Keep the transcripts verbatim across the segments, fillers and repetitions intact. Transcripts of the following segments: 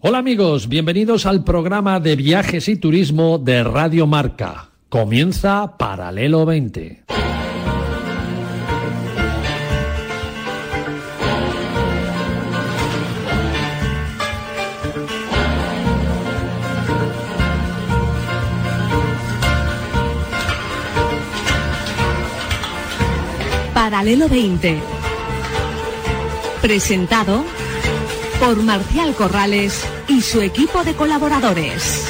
Hola amigos, bienvenidos al programa de viajes y turismo de Radio Marca. Comienza Paralelo veinte. Paralelo veinte. Presentado por Marcial Corrales y su equipo de colaboradores.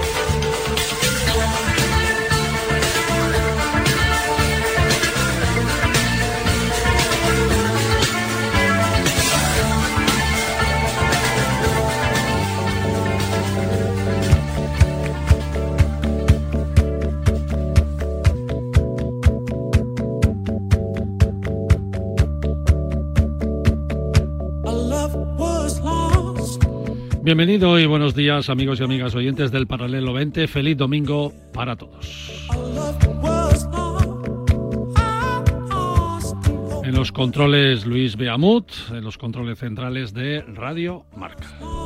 Bienvenido y buenos días, amigos y amigas oyentes del Paralelo veinte. Feliz domingo para todos. En los controles Luis Beamut, en los controles centrales de Radio Marca.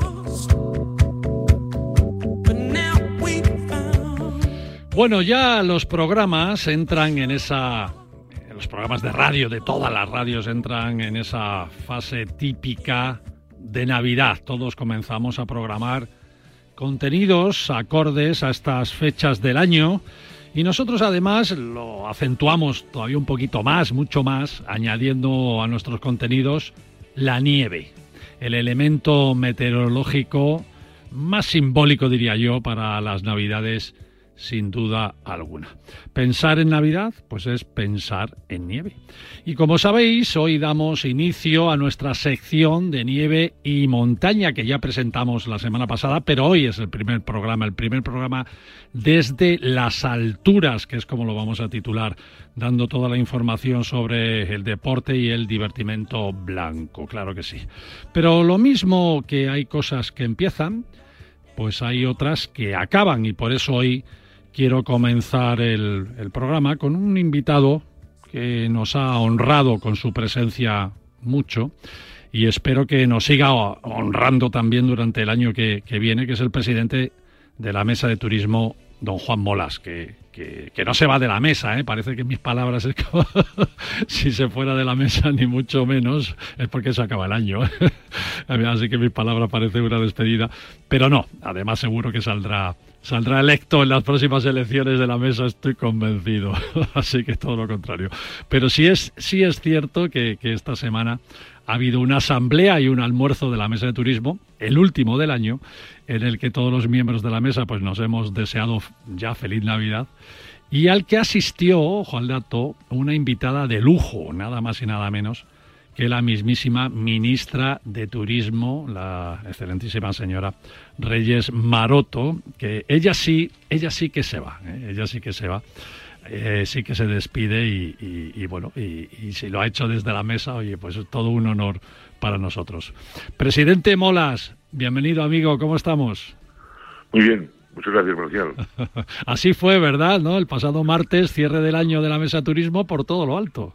Bueno, ya los programas entran en esa... Los programas de radio, de todas las radios, entran en esa fase típica de Navidad. Todos comenzamos a programar contenidos acordes a estas fechas del año y nosotros además lo acentuamos todavía un poquito más, mucho más, añadiendo a nuestros contenidos la nieve, el elemento meteorológico más simbólico, diría yo, para las Navidades, sin duda alguna. Pensar en Navidad, pues es pensar en nieve. Y como sabéis, hoy damos inicio a nuestra sección de nieve y montaña que ya presentamos la semana pasada, pero hoy es el primer programa, el primer programa desde las alturas, que es como lo vamos a titular, dando toda la información sobre el deporte y el divertimento blanco, claro que sí. Pero lo mismo que hay cosas que empiezan, pues hay otras que acaban, y por eso hoy quiero comenzar el, el programa con un invitado que nos ha honrado con su presencia mucho y espero que nos siga honrando también durante el año que, que viene, que es el presidente de la Mesa de Turismo, don Juan Molas, que, que, que no se va de la mesa, ¿eh? Parece que mis palabras es como si se fuera de la mesa, ni mucho menos, es porque se acaba el año. Así que mis palabras parecen una despedida, pero no, además seguro que saldrá Saldrá electo en las próximas elecciones de la mesa, estoy convencido. Así que todo lo contrario. Pero sí es, sí es cierto que, que esta semana ha habido una asamblea y un almuerzo de la Mesa de Turismo, el último del año, en el que todos los miembros de la mesa pues nos hemos deseado ya feliz Navidad, y al que asistió, ojo al dato, una invitada de lujo, nada más y nada menos que la mismísima ministra de Turismo, la excelentísima señora Reyes Maroto, que ella sí, ella sí que se va, ¿eh? ella sí que se va, eh, sí que se despide y, y, y bueno, y, y si lo ha hecho desde la mesa, oye, pues es todo un honor para nosotros. Presidente Molas, bienvenido amigo, ¿cómo estamos? Muy bien. Muchas gracias, Marcial. Así fue, ¿verdad? ¿No? El pasado martes, cierre del año de la Mesa de Turismo por todo lo alto.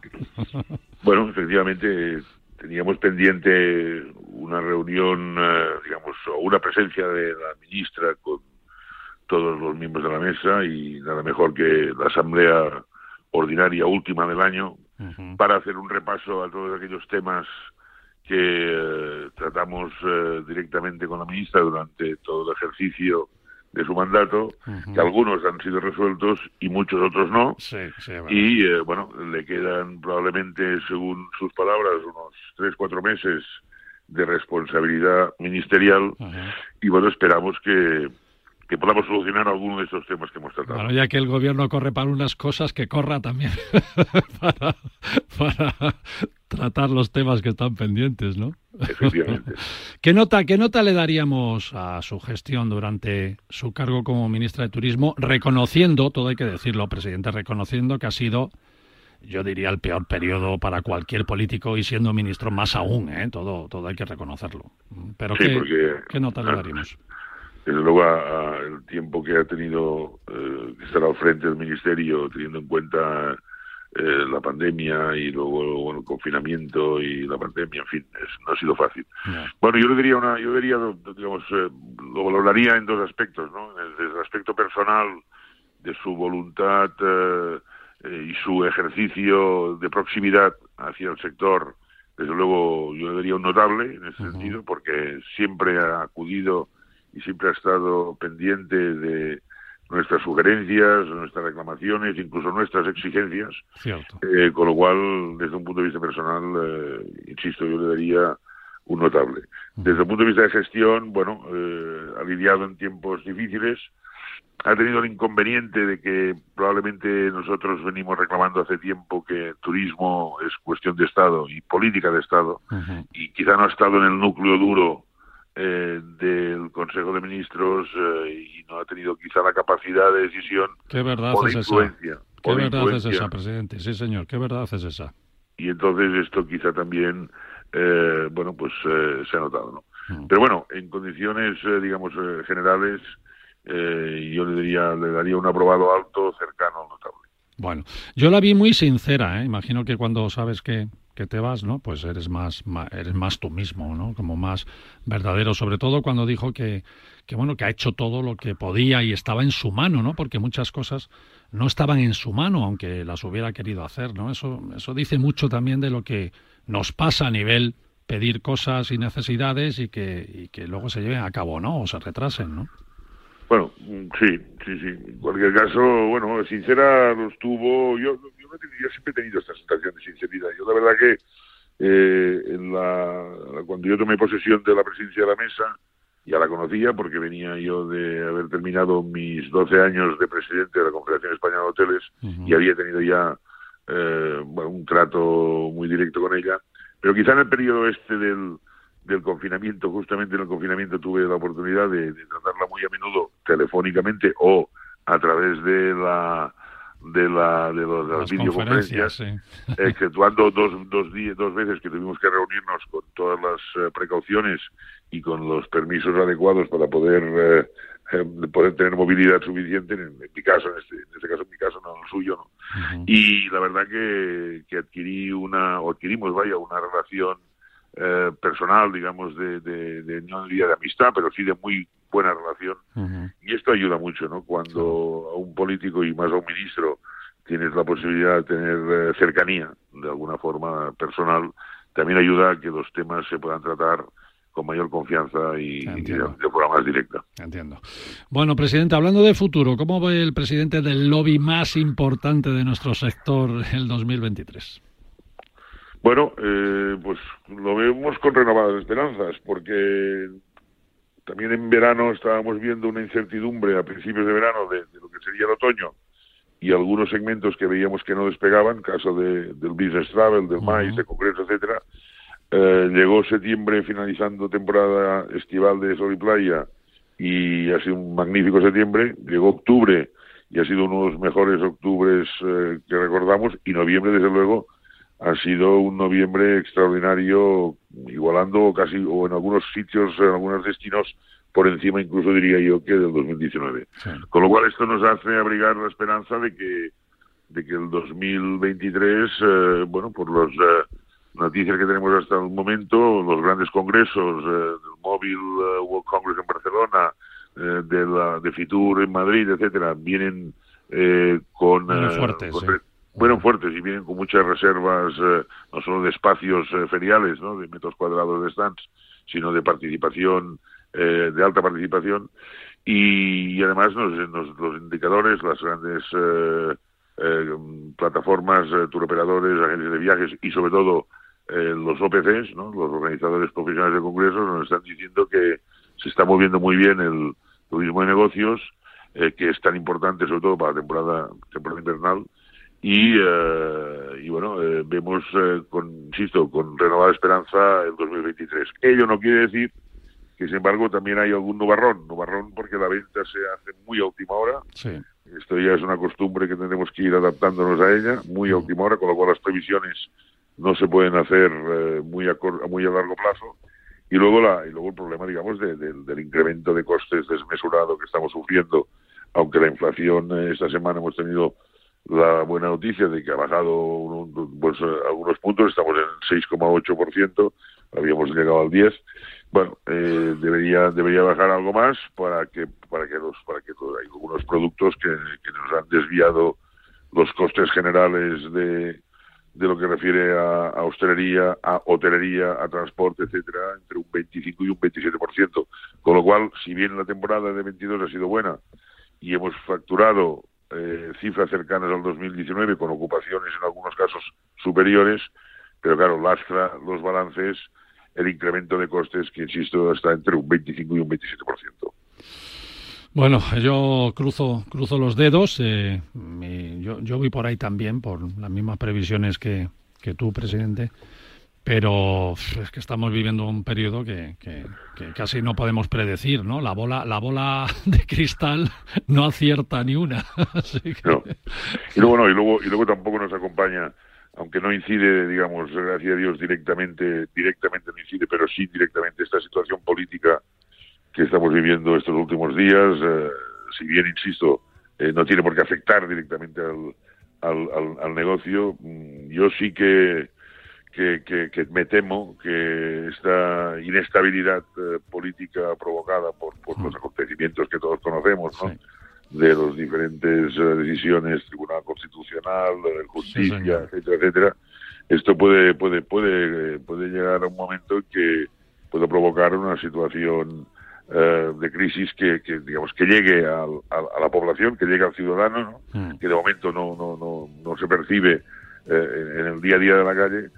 Bueno, efectivamente, teníamos pendiente una reunión, eh, digamos, o una presencia de la ministra con todos los miembros de la mesa y nada mejor que la asamblea ordinaria última del año uh-huh. para hacer un repaso a todos aquellos temas que eh, tratamos eh, directamente con la ministra durante todo el ejercicio de su mandato, uh-huh. que algunos han sido resueltos y muchos otros no, sí, sí, bueno. y eh, bueno, le quedan probablemente, según sus palabras, unos tres, cuatro meses de responsabilidad ministerial, uh-huh. y bueno, esperamos que, que podamos solucionar alguno de estos temas que hemos tratado. Bueno, ya que el gobierno corre para unas cosas, que corra también para, para tratar los temas que están pendientes, ¿no? Efectivamente. ¿Qué nota, qué nota le daríamos a su gestión durante su cargo como ministra de Turismo, reconociendo, todo hay que decirlo, presidente, reconociendo que ha sido, yo diría, el peor periodo para cualquier político y siendo ministro más aún, ¿eh? Todo, todo hay que reconocerlo. Pero sí, ¿qué, porque, ¿qué nota le daríamos? Desde luego, a, a el tiempo que ha tenido eh, que estar al frente del ministerio, teniendo en cuenta eh, la pandemia y luego bueno, el confinamiento y la pandemia, en fin, es, no ha sido fácil. No. Bueno, yo le diría una, yo diría, digamos, eh, lo valoraría en dos aspectos, ¿no? Desde el aspecto personal de su voluntad eh, eh, y su ejercicio de proximidad hacia el sector. Desde luego yo le daría un notable en ese uh-huh. sentido, porque siempre ha acudido y siempre ha estado pendiente de nuestras sugerencias, nuestras reclamaciones, incluso nuestras exigencias. Eh, con lo cual, desde un punto de vista personal, eh, insisto, yo le daría un notable. Uh-huh. Desde el punto de vista de gestión, bueno, eh, ha lidiado en tiempos difíciles. Ha tenido el inconveniente de que probablemente nosotros venimos reclamando hace tiempo que turismo es cuestión de Estado y política de Estado, uh-huh. y quizá no ha estado en el núcleo duro eh, del Consejo de Ministros eh, y no ha tenido quizá la capacidad de decisión. ¿Qué verdad o es de influencia, esa? ¿Qué verdad es esa, presidente? Sí, señor, ¿qué verdad es esa? Y entonces esto quizá también, eh, bueno, pues eh, se ha notado, ¿no? Uh-huh. Pero bueno, en condiciones, eh, digamos, eh, generales, Eh, yo le diría, le daría un aprobado alto, cercano al notable. Bueno, yo la vi muy sincera, ¿eh? Imagino que cuando sabes que, que te vas, ¿no? Pues eres más, más, eres más tú mismo, ¿no? Como más verdadero, sobre todo cuando dijo que, que bueno, que ha hecho todo lo que podía y estaba en su mano, ¿no? Porque muchas cosas no estaban en su mano, aunque las hubiera querido hacer, ¿no? Eso, eso dice mucho también de lo que nos pasa a nivel pedir cosas y necesidades y que, y que luego se lleven a cabo, ¿no? O se retrasen, ¿no? Bueno, sí, sí, sí. En cualquier caso, bueno, sincera los tuvo. Yo, yo, yo siempre he tenido esta sensación de sinceridad. Yo la verdad que eh, en la, cuando yo tomé posesión de la presidencia de la mesa, ya la conocía porque venía yo de haber terminado mis doce años de presidente de la Confederación Española de Hoteles, uh-huh. y había tenido ya eh, bueno, un trato muy directo con ella. Pero quizá en el periodo este del del confinamiento, justamente en el confinamiento tuve la oportunidad de, de tratarla muy a menudo telefónicamente o a través de la de la de, los, de las, las videoconferencias, sí. exceptuando dos dos días, dos veces que tuvimos que reunirnos con todas las uh, precauciones y con los permisos adecuados para poder eh, eh, poder tener movilidad suficiente. En, en mi caso, en este, en este caso, en mi caso, no en el suyo, no. Uh-huh. Y la verdad que, que adquirí una o adquirimos, vaya, una relación Eh, personal, digamos, de, de, de no diría de amistad, pero sí de muy buena relación. Uh-huh. Y esto ayuda mucho, ¿no? Cuando sí. a un político y más a un ministro tienes la posibilidad de tener eh, cercanía, de alguna forma personal, también ayuda a que los temas se puedan tratar con mayor confianza y, y de, de forma más directa. Entiendo. Bueno, presidente, hablando de futuro, ¿cómo ve el presidente del lobby más importante de nuestro sector el dos mil veintitrés? Bueno, eh, pues lo vemos con renovadas esperanzas, porque también en verano estábamos viendo una incertidumbre a principios de verano de, de lo que sería el otoño y algunos segmentos que veíamos que no despegaban, caso de, del business travel, del uh-huh. maíz, de congresos, etcétera. Eh, llegó septiembre, finalizando temporada estival de sol y playa, y ha sido un magnífico septiembre. Llegó octubre y ha sido uno de los mejores octubres eh, que recordamos, y noviembre, desde luego, ha sido un noviembre extraordinario, igualando casi, o en algunos sitios, en algunos destinos, por encima incluso, diría yo, que del dos mil diecinueve. Sí. Con lo cual esto nos hace abrigar la esperanza de que de que el dos mil veintitrés, eh, bueno, por las eh, noticias que tenemos hasta el momento, los grandes congresos, eh, del Mobile World Congress en Barcelona, eh, de la de Fitur en Madrid, etcétera, vienen eh, con... Vienen fuertes, con, sí. Bueno, fuertes, y vienen con muchas reservas, eh, no solo de espacios eh, feriales, ¿no?, de metros cuadrados de stands, sino de participación, eh, de alta participación, y, y además nos, nos, los indicadores, las grandes eh, eh, plataformas, eh, turoperadores, agencias de viajes y sobre todo eh, los O P Cs, ¿no?, los organizadores profesionales de congresos, nos están diciendo que se está moviendo muy bien el turismo de negocios, eh, que es tan importante sobre todo para la temporada, temporada invernal. Y, eh, y bueno, eh, vemos, eh, con, insisto, con renovada esperanza el dos mil veintitrés. Ello no quiere decir que, sin embargo, también hay algún nubarrón, nubarrón porque la venta se hace muy a última hora. Sí. Esto ya es una costumbre que tendremos que ir adaptándonos a ella, muy a última hora, con lo cual las previsiones no se pueden hacer eh, muy, a cor- muy a largo plazo. Y luego, la, y luego el problema, digamos, de, de, del incremento de costes desmesurado que estamos sufriendo, aunque la inflación, eh, esta semana hemos tenido la buena noticia de que ha bajado un, pues, algunos puntos, estamos en seis coma ocho por ciento, habíamos llegado al diez. Bueno, eh, debería debería bajar algo más para que para que los para que hay algunos productos que, que nos han desviado los costes generales de de lo que refiere a, a hostelería, a hotelería, a transporte, etcétera, entre un veinticinco y un veintisiete por ciento. Con lo cual, si bien la temporada de veintidós ha sido buena y hemos facturado eh, cifras cercanas al dos mil diecinueve con ocupaciones en algunos casos superiores, pero claro, lastra los balances el incremento de costes que, insisto, está entre un veinticinco y un veintisiete por ciento. Bueno, yo cruzo cruzo los dedos. Eh, mi, yo, yo voy por ahí también, por las mismas previsiones que, que tú, presidente. Pero es que estamos viviendo un periodo que, que, que casi no podemos predecir, ¿no? La bola la bola de cristal no acierta ni una. Así que... no. Y luego no, y luego y luego tampoco nos acompaña, aunque no incide, digamos, gracias a Dios, directamente directamente no incide, pero sí directamente esta situación política que estamos viviendo estos últimos días, eh, si bien, insisto, eh, no tiene por qué afectar directamente al, al, al, al negocio, yo sí que, que, que, que me temo que esta inestabilidad eh, política provocada por, por los acontecimientos que todos conocemos, ¿no? Sí. De las diferentes uh, decisiones, Tribunal Constitucional, uh, Justicia, sí, etcétera, etcétera, esto puede, puede, puede, puede llegar a un momento en que puede provocar una situación de crisis que, que digamos que llegue al, a, a la población, que llegue al ciudadano, ¿no? Mm. Que de momento no no no, no se percibe eh, en el día a día de la calle,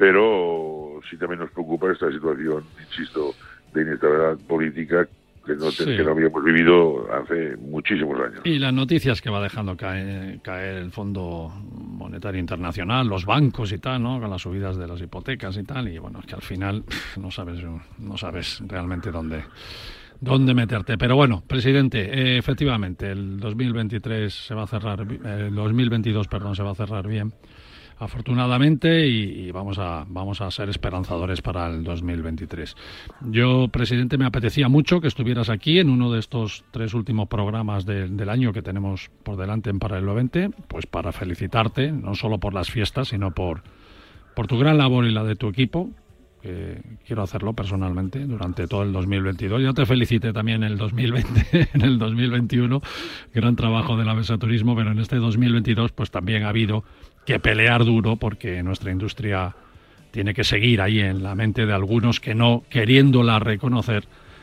pero sí también nos preocupa esta situación, insisto, de inestabilidad política que no, sí. que no habíamos vivido hace muchísimos años. Y las noticias que va dejando caer, caer el Fondo Monetario Internacional, los bancos y tal, ¿no? Con las subidas de las hipotecas y tal, y bueno, es que al final no sabes no sabes realmente dónde dónde meterte. Pero bueno, presidente, eh, efectivamente, el dos mil veintitrés se va a cerrar, el dos mil veintidós, perdón, se va a cerrar bien, afortunadamente, y, y vamos a vamos a ser esperanzadores para el dos mil veintitrés. Yo, presidente, me apetecía mucho que estuvieras aquí en uno de estos tres últimos programas de, del año que tenemos por delante en Paralelo veinte, pues para felicitarte, no solo por las fiestas, sino por, por tu gran labor y la de tu equipo. Eh, quiero hacerlo personalmente durante todo el dos mil veintidós. Yo te felicité también en el dos mil veinte, en el dos mil veintiuno, gran trabajo de la Mesa Turismo, pero en este dos mil veintidós pues también ha habido que pelear duro porque nuestra industria tiene que seguir ahí en la mente de algunos que no, queriéndola reconocer,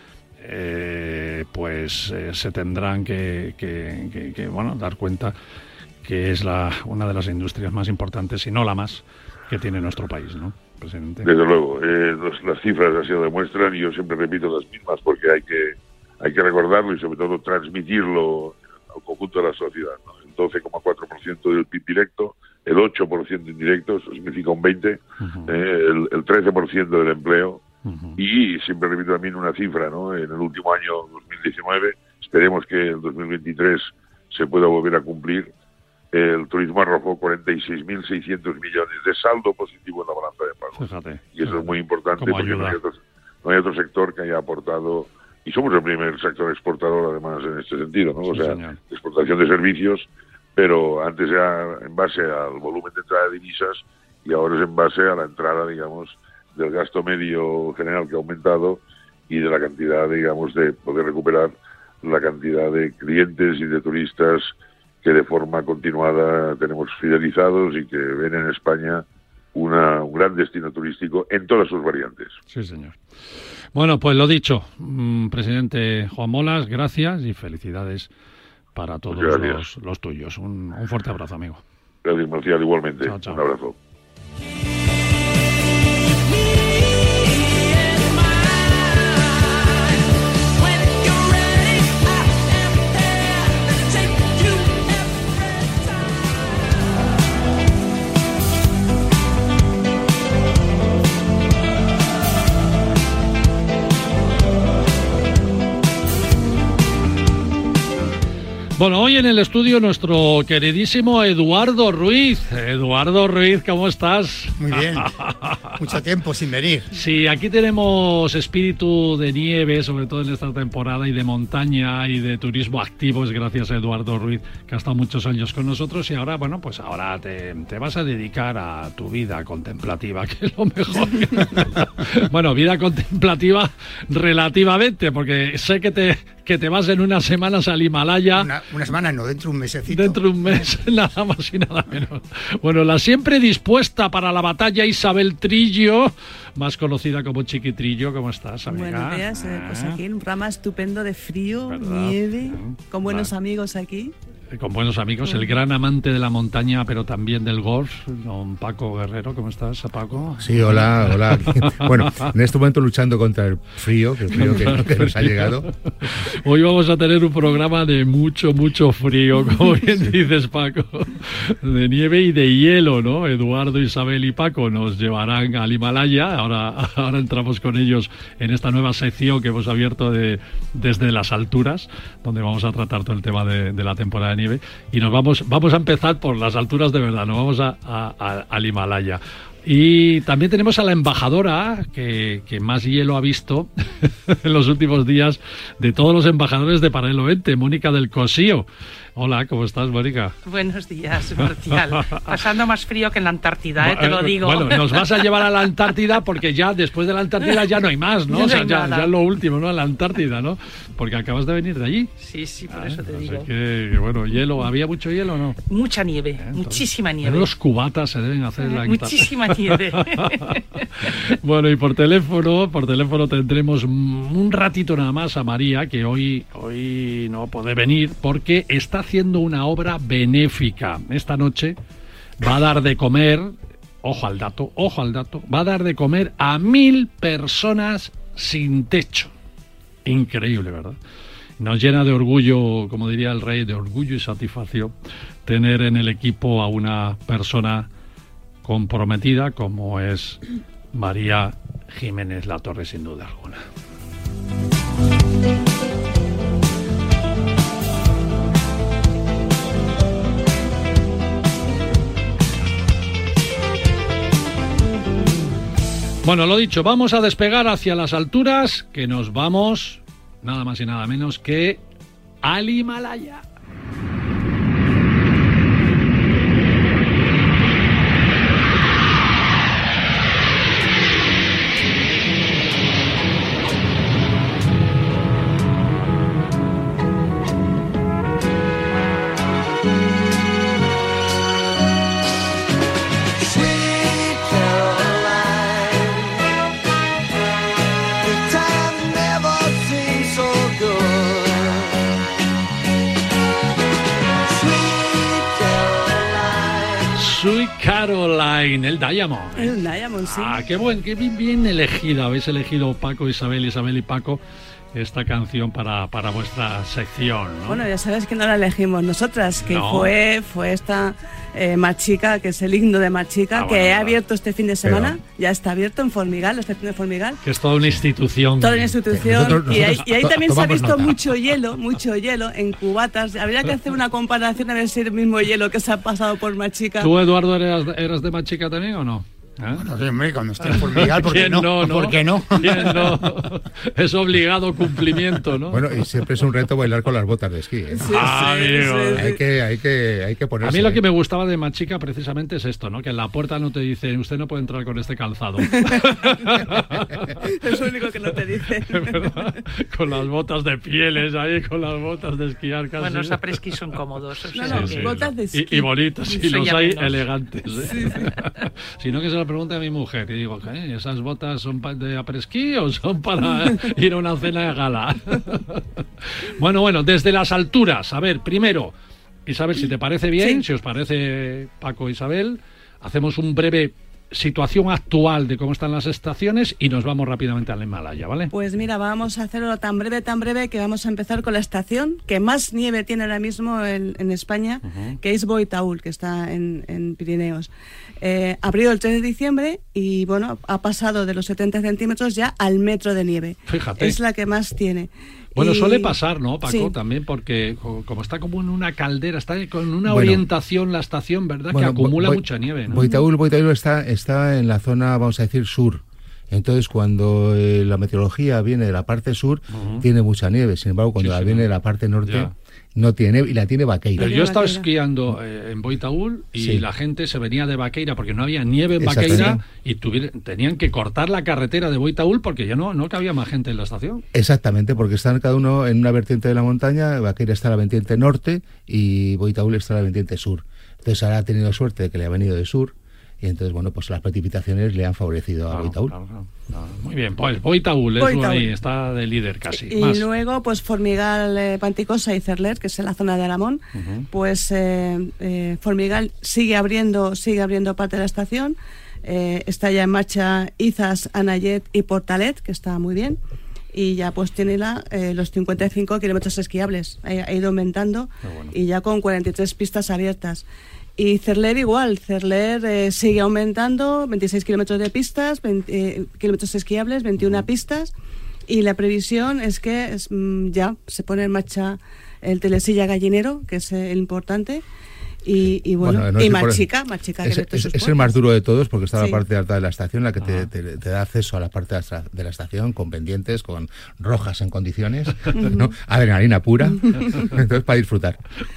eh, pues eh, se tendrán que, que, que, que bueno, dar cuenta que es la una de las industrias más importantes, si no la más, que tiene nuestro país, ¿no, presidente? Desde luego, eh, los, las cifras así lo demuestran, y yo siempre repito las mismas porque hay que hay que recordarlo y sobre todo transmitirlo al conjunto de la sociedad, ¿no? El doce coma cuatro por ciento del P I B directo, el ocho por ciento indirecto, eso significa un veinte por ciento, uh-huh. eh, el, el trece por ciento del empleo, uh-huh. Y siempre repito también una cifra, ¿no? En el último año, dos mil diecinueve, esperemos que el dos mil veintitrés se pueda volver a cumplir. El turismo arrojó cuarenta y seis mil seiscientos millones de saldo positivo en la balanza de pagos. Fíjate, y eso fíjate. Es muy importante porque no hay, otro, no hay otro sector que haya aportado, y somos el primer sector exportador además en este sentido, ¿no? O sí, sea, señor. Exportación de servicios, pero antes era en base al volumen de entrada de divisas y ahora es en base a la entrada, digamos, del gasto medio general que ha aumentado y de la cantidad, digamos, de poder recuperar la cantidad de clientes y de turistas que de forma continuada tenemos fidelizados y que ven en España una, un gran destino turístico en todas sus variantes. Sí, señor. Bueno, pues lo dicho, mmm, presidente Juan Molas, gracias y felicidades para todos los, los tuyos. Un, un fuerte abrazo, amigo. Gracias, Marcial, igualmente. Chao, chao. Un abrazo. Bueno, hoy en el estudio nuestro queridísimo Eduardo Ruiz. Eduardo Ruiz, ¿cómo estás? Muy bien. Mucho tiempo sin venir. Sí, aquí tenemos espíritu de nieve, sobre todo en esta temporada, y de montaña y de turismo activo. Es gracias a Eduardo Ruiz, que ha estado muchos años con nosotros, y ahora, bueno, pues ahora te, te vas a dedicar a tu vida contemplativa, que es lo mejor. Bueno, vida contemplativa relativamente, porque sé que te, que te vas en unas semanas al Himalaya. Una, una semana no, dentro de un mesecito. Dentro de un mes, nada más y nada menos. Bueno, la siempre dispuesta para la batalla Isabel Trillo, más conocida como Chiqui Trillo. ¿Cómo estás, amiga? Buenos días, eh, pues aquí en un programa estupendo de frío, ¿verdad? nieve, con buenos vale. amigos aquí. Con buenos amigos, el gran amante de la montaña, pero también del golf, don Paco Guerrero. ¿Cómo estás, Paco? Sí, hola, hola. Bueno, en este momento luchando contra el frío, que el frío que, que nos ha llegado. Hoy vamos a tener un programa de mucho, mucho frío, como bien dices, Paco. De nieve y de hielo, ¿no? Eduardo, Isabel y Paco nos llevarán al Himalaya. Ahora, ahora entramos con ellos en esta nueva sección que hemos abierto de, desde las alturas, donde vamos a tratar todo el tema de, de la temporada de nieve. Y nos vamos, vamos a empezar por las alturas de verdad, nos vamos a, a, a, al Himalaya. Y también tenemos a la embajadora que, que más hielo ha visto en los últimos días de todos los embajadores de Paralelo veinte, Mónica del Cosío. Hola, ¿cómo estás, Mónica? Buenos días, Marcial. Pasando más frío que en la Antártida, ¿eh? Te lo digo. Bueno, nos vas a llevar a la Antártida porque ya después de la Antártida ya no hay más, ¿no? Ya no o sea, hay ya, nada. ya es lo último, ¿no? La Antártida, ¿no? Porque acabas de venir de allí. Sí, sí, por Ah, eso te así digo. que, que, bueno, hielo. ¿Había mucho hielo o no? Mucha nieve, ¿Eh? Entonces, muchísima nieve. pero los cubatas se deben hacer en la Muchísima nieve. Bueno, y por teléfono, por teléfono tendremos un ratito nada más a María, que hoy, hoy no puede venir porque está haciendo una obra benéfica. Esta noche va a dar de comer, ojo al dato, ojo al dato, va a dar de comer a mil personas sin techo. Increíble, ¿verdad? Nos llena de orgullo, como diría el rey, de orgullo y satisfacción tener en el equipo a una persona comprometida como es María Jiménez Latorre, sin duda alguna. Bueno, lo dicho, vamos a despegar hacia las alturas, que nos vamos nada más y nada menos que al Himalaya. Sweet Caroline, el Diamond. El Diamond, sí. Ah, qué buen, qué bien, bien elegida. Habéis elegido Paco, Isabel, Isabel y Paco esta canción para, para vuestra sección, ¿no? Bueno, ya sabes que no la elegimos nosotras, que No. fue, fue esta eh, Machica, que es el himno de Machica, Ah, que bueno, ha claro. abierto este fin de semana. Pero- Ya está abierto en Formigal, la estación de Formigal. Que es toda una institución. Toda una institución. Nosotros- y, ahí, nosotros y ahí to- también se ha tomamos visto nota. mucho hielo, mucho hielo en cubatas. Habría que hacer una comparación a ver si es el mismo hielo que se ha pasado por Machica. ¿Tú, Eduardo, eras, eras de Machica también o no? ¿Eh? No sé, hombre, cuando esté en Formigal, ¿por qué ¿Quién no? no, no? ¿Por qué no? ¿Quién no? Es obligado cumplimiento, ¿no? Bueno, y siempre es un reto bailar con las botas de esquí, ¿eh? Sí, Ah, sí, amigo. sí, sí. Hay que, hay que, hay que A ponerse. mí lo que ¿eh? me gustaba de Machica precisamente es esto, ¿no? Que en la puerta no te dicen, usted no puede entrar con este calzado. Es lo único que no te dicen. ¿Verdad? Con las botas de pieles ahí, con las botas de esquiar casi. Bueno, los apresquí son cómodos. O No, sea no, que- botas de esquí. Y, y bonitos, y Soy los ya hay menos. elegantes. ¿eh? Si no, que se lo pregunte a mi mujer. Y digo, ¿qué? ¿Esas botas son pa- de apresquí o son para ir a una cena de gala? Bueno, bueno, desde las alturas. A ver, primero, Isabel, si te parece bien, Sí. si os parece, Paco, Isabel, hacemos un breve situación actual de cómo están las estaciones y nos vamos rápidamente al Himalaya, ¿vale? Pues mira, vamos a hacerlo tan breve, tan breve que vamos a empezar con la estación que más nieve tiene ahora mismo en, en España, Ujú. que es Boitaúl, que está en, en Pirineos. Eh, abrió el tres de diciembre y bueno, ha pasado de los setenta centímetros ya al metro de nieve. Fíjate. Es la que más tiene. Bueno, Y- suele pasar, ¿no, Paco? Sí. También porque co- como está como en una caldera, está con una Bueno. orientación la estación, ¿verdad? Bueno, que acumula Boi- mucha nieve, ¿no? Boitaúl, Boitaúl está, está en la zona, vamos a decir, sur. Entonces, cuando eh, la meteorología viene de la parte sur, Ujú. tiene mucha nieve. Sin embargo, cuando Sí, la sí, viene no. de la parte norte, Ya. no tiene nieve y la tiene Vaqueira. Pero Tiene yo he estado Vaqueira. esquiando eh, en Boitaúl y Sí. la gente se venía de Vaqueira porque no había nieve en Exactamente. Vaqueira y tuvier- tenían que cortar la carretera de Boitaúl porque ya no, no cabía más gente en la estación. Exactamente, porque están cada uno en una vertiente de la montaña. Vaqueira está en la vertiente norte y Boitaúl está en la vertiente sur. Entonces ahora ha tenido suerte de que le ha venido de sur y entonces, bueno, pues las precipitaciones le han favorecido a Claro, Boitaúl. claro, claro. No, muy bien, pues Boitaúl, es Boitaúl. ahí, está de líder casi. Y Más. luego, pues Formigal, eh, Panticosa y Cerler, que es en la zona de Aramón, Ujú. pues eh, eh, Formigal sigue abriendo, sigue abriendo parte de la estación. Eh, está ya en marcha Izas, Anayet y Portalet, que está muy bien. Y ya pues tiene la, eh, los cincuenta y cinco kilómetros esquiables. Ha, ha ido aumentando Qué bueno. y ya con cuarenta y tres pistas abiertas. Y Cerler igual, Cerler eh, sigue aumentando, veintiséis kilómetros de pistas, veinte, eh, kilómetros esquiables, veintiuna pistas. Y la previsión es que es, mm, ya se pone en marcha el telesilla gallinero, que es eh, el importante. Y, y bueno, Bueno, no y sé por- Machica, Machica. que Es, ve todas es- sus es el más puertas. duro de todos porque está Sí. la parte alta de la estación, la que te, Ajá. te- te da acceso a la parte de la esta- de la estación con pendientes, con rojas en condiciones, ¿no? Adrenalina pura, entonces para disfrutar.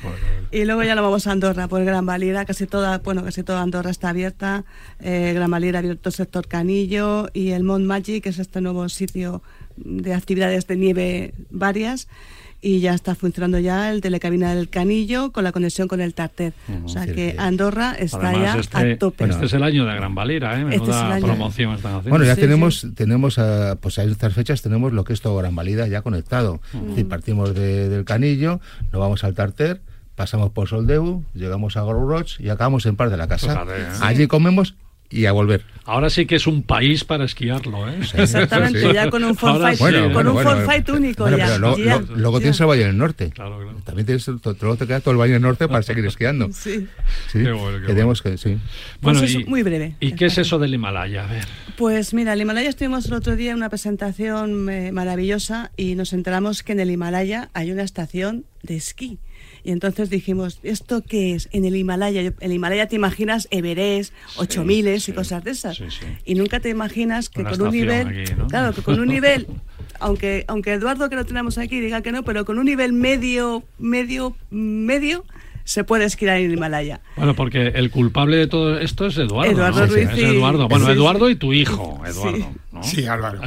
Y luego ya nos vamos a Andorra, por Gran Valira, casi toda, bueno, casi toda Andorra está abierta. Eh, Gran Valira ha abierto el sector Canillo y el Mont Magic, que es este nuevo sitio de actividades de nieve varias. Y ya está funcionando ya el telecabina del Canillo con la conexión con el Tarter. Ujú. O sea Sí, que sí. Andorra está Además, ya este, a tope. bueno, este es el año de Gran Valera, ¿eh? Este es Menuda el año. promoción están haciendo. Bueno, ya Sí, tenemos, sí. tenemos a, pues a estas fechas tenemos lo que es todo Gran Valida ya conectado. Es decir, partimos de- del Canillo, nos vamos al Tarter, pasamos por Soldeu, llegamos a Gorroch y acabamos en Par de la Casa. Fíjate, ¿eh? Allí comemos y a volver. Ahora sí que es un país para esquiarlo, ¿eh? Exactamente, Sí. ya con un Ahora forfait, sí, ¿eh? con un bueno, forfait único bueno, ya. pero luego, ya, lo- luego ya. tienes el Valle del Norte. Claro, claro. También tienes, to- to- luego te queda todo el Valle del Norte para seguir esquiando. Sí. Sí, Qué bueno, qué que tenemos que, sí. Pues Bueno, es y- muy breve. ¿Y qué es eso del Himalaya? A ver. Pues mira, el Himalaya estuvimos el otro día en una presentación eh, maravillosa y nos enteramos que en el Himalaya hay una estación de esquí. Y entonces dijimos, ¿esto qué es? En el Himalaya, yo- el Himalaya te imaginas Everest, ocho mil sí, y cosas de esas. sí, sí. Y nunca te imaginas que Una con un estación nivel, aquí, ¿no? claro, que con un nivel, aunque aunque Eduardo que lo tenemos aquí diga que no, pero con un nivel medio, medio, medio, se puede esquiar en el Himalaya. Bueno, porque el culpable de todo esto es Eduardo. Eduardo ¿no? Ruiz Es y- Eduardo. Bueno, sí, sí. Eduardo y tu hijo, Eduardo. Sí. ¿no? Sí, Álvaro.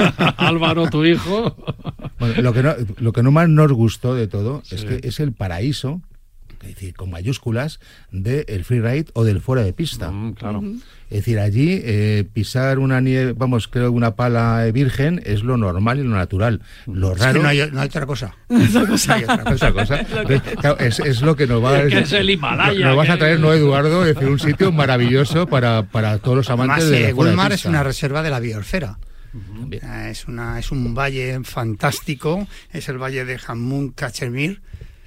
Álvaro, tu hijo. Bueno, lo que no, lo que no más nos gustó de todo es Sí. que es el paraíso, es decir, con mayúsculas, del freeride o del fuera de pista. Mm, claro. Es decir, allí eh, pisar una nieve, vamos, creo que una pala eh, virgen es lo normal y lo natural. Lo Es que raro no hay, no hay otra cosa. Esa cosa. No hay otra otra cosa. Claro, es, es lo que nos va a Que es el Himalaya, Nos vas a que- traer, ¿no, Eduardo? Es decir, un sitio maravilloso para, para todos los amantes Además, de la eh, fuera de Gulmar es pista. una reserva de la biosfera. Bien. Eh, Es, una, es un valle fantástico, es el valle de Jammun Cachemir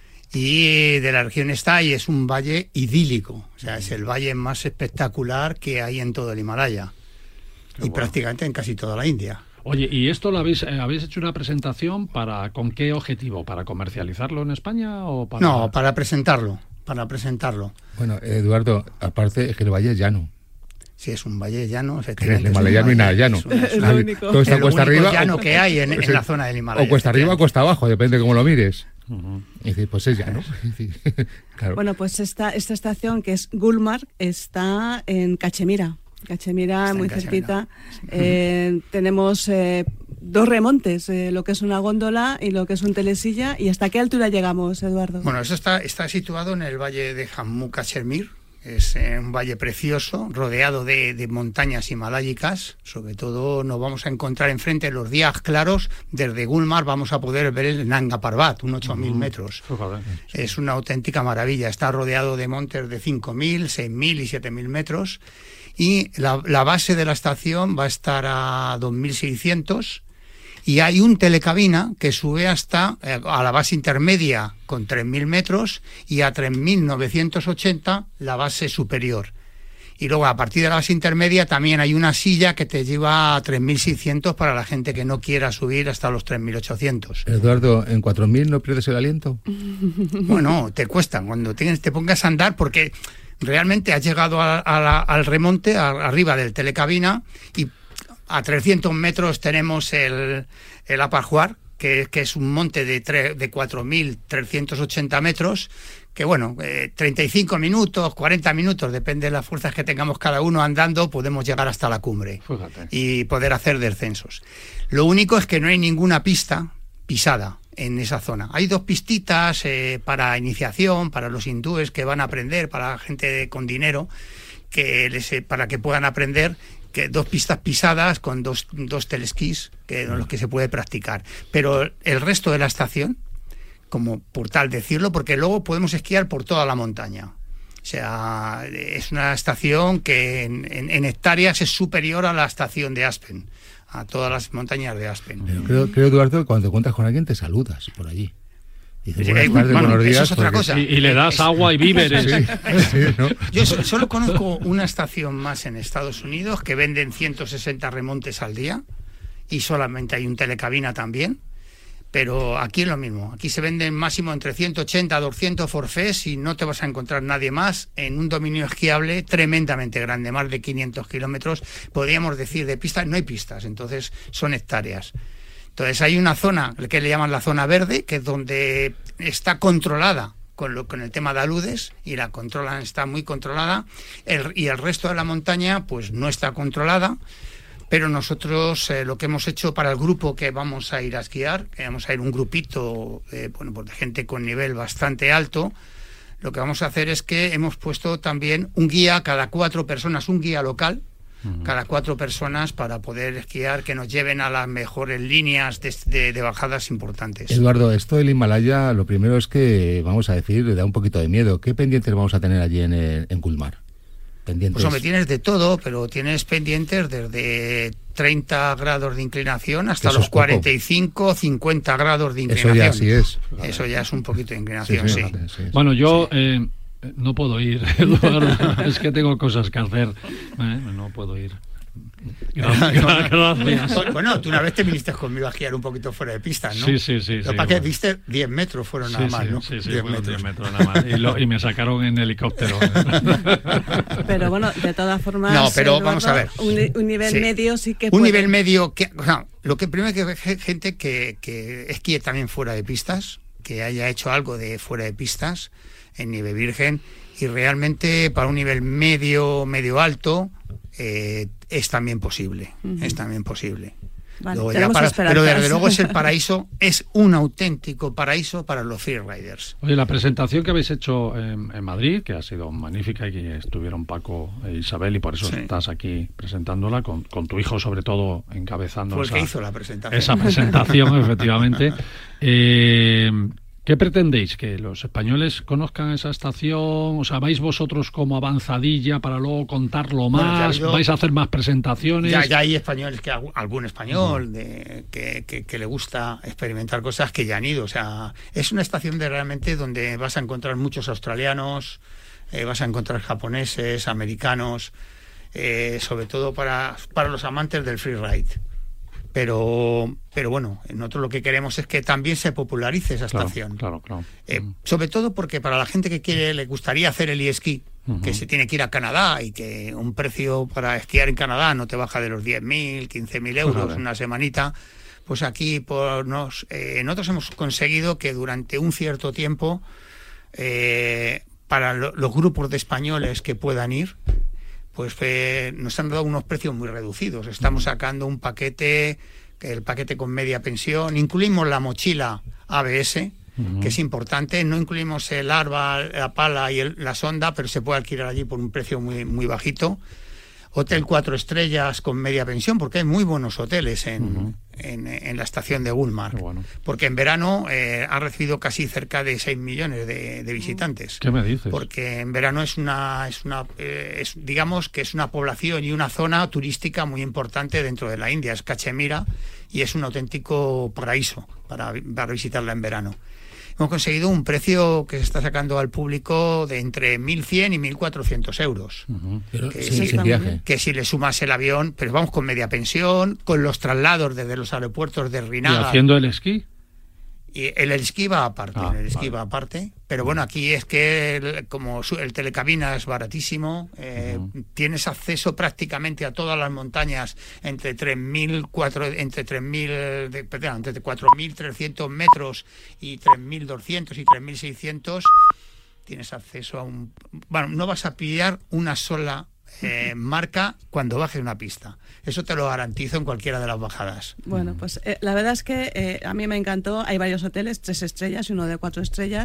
y de la región está y es un valle idílico, o sea, es el valle más espectacular que hay en todo el Himalaya y bueno. prácticamente en casi toda la India. Oye, ¿y esto lo habéis, eh, habéis hecho una presentación para con qué objetivo? ¿Para comercializarlo en España o para...? No, para presentarlo, para presentarlo. Bueno, Eduardo, aparte es que el valle es llano. Sí, es un valle llano, En el efectivamente. es un Himalaya no hay valle- nada llano. es un- Es lo Ahí, único. Todo está Es lo cuesta único arriba. llano o- que hay en- en sí, la zona del Himalaya, O cuesta arriba o efectivamente. cuesta abajo, depende de cómo lo mires. Ujú. Y dices, pues es llano. Claro. Bueno, pues esta, esta estación que es Gulmar está en Cachemira. Cachemira, Está en muy Cachemira. cerquita. Eh, tenemos eh, dos remontes, eh, lo que es una góndola y lo que es un telesilla. ¿Y hasta qué altura llegamos, Eduardo? Bueno, eso está, está situado en el valle de Jammu Cachemir. Es eh, un valle precioso, rodeado de, de montañas himalayicas. Sobre todo nos vamos a encontrar enfrente en los días claros. Desde Gulmar vamos a poder ver el Nanga Parbat, un ocho mil metros. Fíjate. Es una auténtica maravilla. Está rodeado de montes de cinco mil, seis mil y siete mil metros. Y la, la base de la estación va a estar a dos mil seiscientos. Y hay un telecabina que sube hasta eh, a la base intermedia con tres mil metros y a tres mil novecientos ochenta la base superior. Y luego a partir de la base intermedia también hay una silla que te lleva a tres mil seiscientos para la gente que no quiera subir hasta los tres mil ochocientos. Eduardo, ¿en cuatro mil no pierdes el aliento? Bueno, te cuesta cuando te, te pongas a andar porque realmente has llegado a, a la, al remonte, a, arriba del telecabina, y a trescientos metros tenemos el, el Aparjuar, que, que es un monte de, tre, de cuatro mil trescientos ochenta metros, que bueno, eh, treinta y cinco minutos, cuarenta minutos, depende de las fuerzas que tengamos cada uno andando, podemos llegar hasta la cumbre. Fíjate. Y poder hacer descensos. Lo único es que no hay ninguna pista pisada en esa zona. Hay dos pistitas eh, para iniciación, para los hindúes que van a aprender, para gente con dinero, que les, eh, para que puedan aprender, que dos pistas pisadas con dos, dos telesquís que son los que se puede practicar. Pero el resto de la estación, como por tal decirlo, porque luego podemos esquiar por toda la montaña. O sea, es una estación que en, en, en hectáreas es superior a la estación de Aspen, a todas las montañas de Aspen. Pero creo, creo, Eduardo, que cuando te encuentras con alguien te saludas por allí. Dices, sí, buenas tardes, bueno, buenos días, eso es otra cosa. Y, y le das es, agua y víveres. Sí, sí, ¿no? Yo so, solo conozco una estación más en Estados Unidos que venden ciento sesenta remontes al día y solamente hay un telecabina también. Pero aquí es lo mismo, aquí se venden máximo entre ciento ochenta a doscientos forfés y no te vas a encontrar nadie más en un dominio esquiable tremendamente grande, más de quinientos kilómetros, podríamos decir, de pistas, no hay pistas, entonces son hectáreas. Entonces hay una zona que le llaman la zona verde, que es donde está controlada con, lo, con el tema de aludes, y la controlan, está muy controlada, el, y el resto de la montaña pues no está controlada. Pero nosotros eh, lo que hemos hecho para el grupo que vamos a ir a esquiar, que vamos a ir un grupito eh, bueno, pues de gente con nivel bastante alto, lo que vamos a hacer es que hemos puesto también un guía cada cuatro personas, un guía local, uh-huh. cada cuatro personas para poder esquiar, que nos lleven a las mejores líneas de, de, de bajadas importantes. Eduardo, esto del Himalaya, lo primero es que, vamos a decir, da un poquito de miedo. ¿Qué pendientes vamos a tener allí en, en Gulmar? Pendientes. Pues hombre, tienes de todo, pero tienes pendientes desde treinta grados de inclinación hasta los cuarenta y cinco, cincuenta grados de inclinación. Eso ya sí es. Eso ya es un poquito de inclinación, sí. sí. sí. sí bueno, yo sí. eh, no puedo ir, Eduardo, es que tengo cosas que hacer. Eh, no puedo ir. Gracias, gracias. Bueno, tú una vez te viniste conmigo a esquiar un poquito fuera de pistas, ¿no? Sí, sí, sí. Lo que sí, pasa es que bueno. viste diez metros fueron nada sí, más, sí, ¿no? Sí, sí, diez fueron metros. diez metros nada más. Y, lo, y me sacaron en helicóptero. Pero bueno, de todas formas... No, pero Eduardo, vamos a ver. Un, un nivel sí. medio sí que Un puede... nivel medio que... O sea, lo que primero que gente que, que esquíe también fuera de pistas, que haya hecho algo de fuera de pistas, en nieve virgen, y realmente para un nivel medio, medio alto... Eh, es también posible, uh-huh. es también posible. Vale, luego ya para, pero desde luego es el paraíso, es un auténtico paraíso para los freeriders. Oye, la presentación que habéis hecho en, en Madrid, que ha sido magnífica, y que estuvieron Paco e Isabel, y por eso sí. estás aquí presentándola, con, con tu hijo sobre todo encabezando Fue el esa, que hizo la presentación. esa presentación, efectivamente. Eh, ¿Qué pretendéis? ¿Que los españoles conozcan esa estación? O sea, ¿vais vosotros como avanzadilla para luego contarlo más? Bueno, ¿vais a hacer más presentaciones? Ya, ya hay españoles, que algún español uh-huh. de, que, que, que le gusta experimentar cosas que ya han ido. O sea, es una estación de realmente donde vas a encontrar muchos australianos, eh, vas a encontrar japoneses, americanos, eh, sobre todo para, para los amantes del freeride. Pero, pero bueno, nosotros lo que queremos es que también se popularice esa claro, estación. Claro, claro. Eh, uh-huh. Sobre todo porque para la gente que quiere, le gustaría hacer el esquí, uh-huh. que se tiene que ir a Canadá y que un precio para esquiar en Canadá no te baja de los diez mil, quince mil euros uh-huh. una semanita, pues aquí por nos, eh, nosotros hemos conseguido que durante un cierto tiempo, eh, para lo, los grupos de españoles que puedan ir, pues eh, nos han dado unos precios muy reducidos. Estamos sacando un paquete, el paquete con media pensión, incluimos la mochila A B S, uh-huh. que es importante, no incluimos el arba, la pala y el, la sonda, pero se puede alquilar allí por un precio muy, muy bajito. Hotel cuatro estrellas con media pensión, porque hay muy buenos hoteles en, uh-huh. en, en la estación de Gulmar. Bueno. Porque en verano eh, ha recibido casi cerca de seis millones de, de visitantes. ¿Qué me dices? Porque en verano es una, es una eh, es, digamos que es una población y una zona turística muy importante dentro de la India, es Cachemira, y es un auténtico paraíso para, para visitarla en verano. hemos conseguido un precio que se está sacando al público de entre mil cien y mil cuatrocientos euros. Uh-huh. Pero que, sin, si, sin viaje. que si le sumas el avión, pero vamos con media pensión, con los traslados desde los aeropuertos de ¿Y Rinaga. haciendo el esquí? Y el, el esquí va aparte, Ah, el esquí vale. va aparte. Pero bueno, aquí es que el, como su- el telecabina es baratísimo, eh, Ujú. tienes acceso prácticamente a todas las montañas entre tres mil, cuatro, entre tres mil, de- perdón, entre cuatro mil trescientos metros y tres mil doscientos y tres mil seiscientos. Tienes acceso a un... Bueno, no vas a pillar una sola eh, marca cuando bajes una pista. Eso te lo garantizo en cualquiera de las bajadas. Bueno, pues eh, la verdad es que eh, a mí me encantó. Hay varios hoteles, tres estrellas y uno de cuatro estrellas.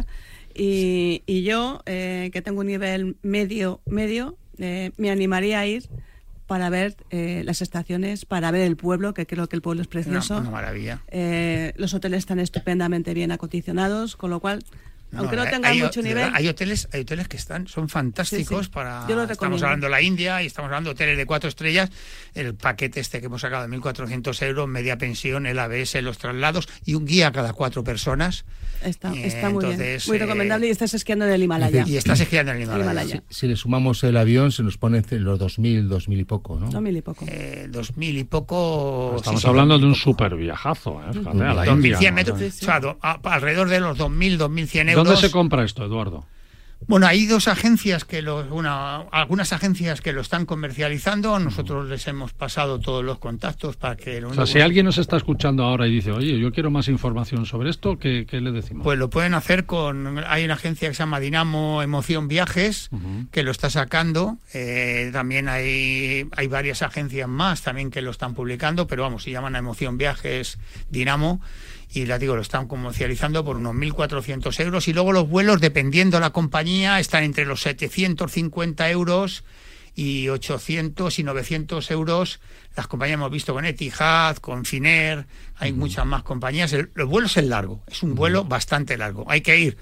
Y, y yo, eh, que tengo un nivel medio, medio, eh, me animaría a ir para ver eh, las estaciones, para ver el pueblo, que creo que el pueblo es Una, precioso. una maravilla. Eh, los hoteles están estupendamente bien acondicionados, con lo cual, aunque no hay- tengan hay, mucho de nivel... verdad, hay hoteles, hay hoteles que están, son fantásticos. Sí, sí. para. Yo lo Estamos recomiendo. hablando de la India y estamos hablando de hoteles de cuatro estrellas. El paquete este que hemos sacado de mil cuatrocientos euros, media pensión, el A B S, los traslados y un guía cada cuatro personas. Está, Y, está muy bien, entonces, muy eh, recomendable y estás esquiando en el Himalaya. Y estás esquiando en el Himalaya. Himalaya. Si, si le sumamos el avión, se nos ponen los dos mil, dos mil y poco, ¿no? No, mil y poco. Eh, dos mil y poco. Estamos sí, sí, hablando dos de mil un y poco. super viajazo, ¿eh? Fíjate, a la dos mil India, cien ¿no? metros, Sí, sí. o sea, do- a- alrededor de los dos mil, dos mil cien euros. ¿Dónde se compra esto, Eduardo? Bueno, hay dos agencias que lo, una, algunas agencias que lo están comercializando. Nosotros les hemos pasado todos los contactos para que lo O sea, si alguien nos está escuchando ahora y dice, oye, yo quiero más información sobre esto, ¿qué, qué le decimos? pues lo pueden hacer con. Hay una agencia que se llama Dinamo Emoción Viajes Ujú. que lo está sacando. Eh, también hay hay varias agencias más también que lo están publicando, pero vamos, se llaman a Emoción Viajes Dinamo. Y la digo, lo están comercializando por unos mil cuatrocientos euros. Y luego los vuelos, dependiendo la compañía, están entre los setecientos cincuenta euros y ochocientos y novecientos euros. Las compañías hemos visto con Etihad, con Finnair, hay uh-huh. muchas más compañías. El, el vuelo es el largo, es un uh-huh. vuelo bastante largo. Hay que ir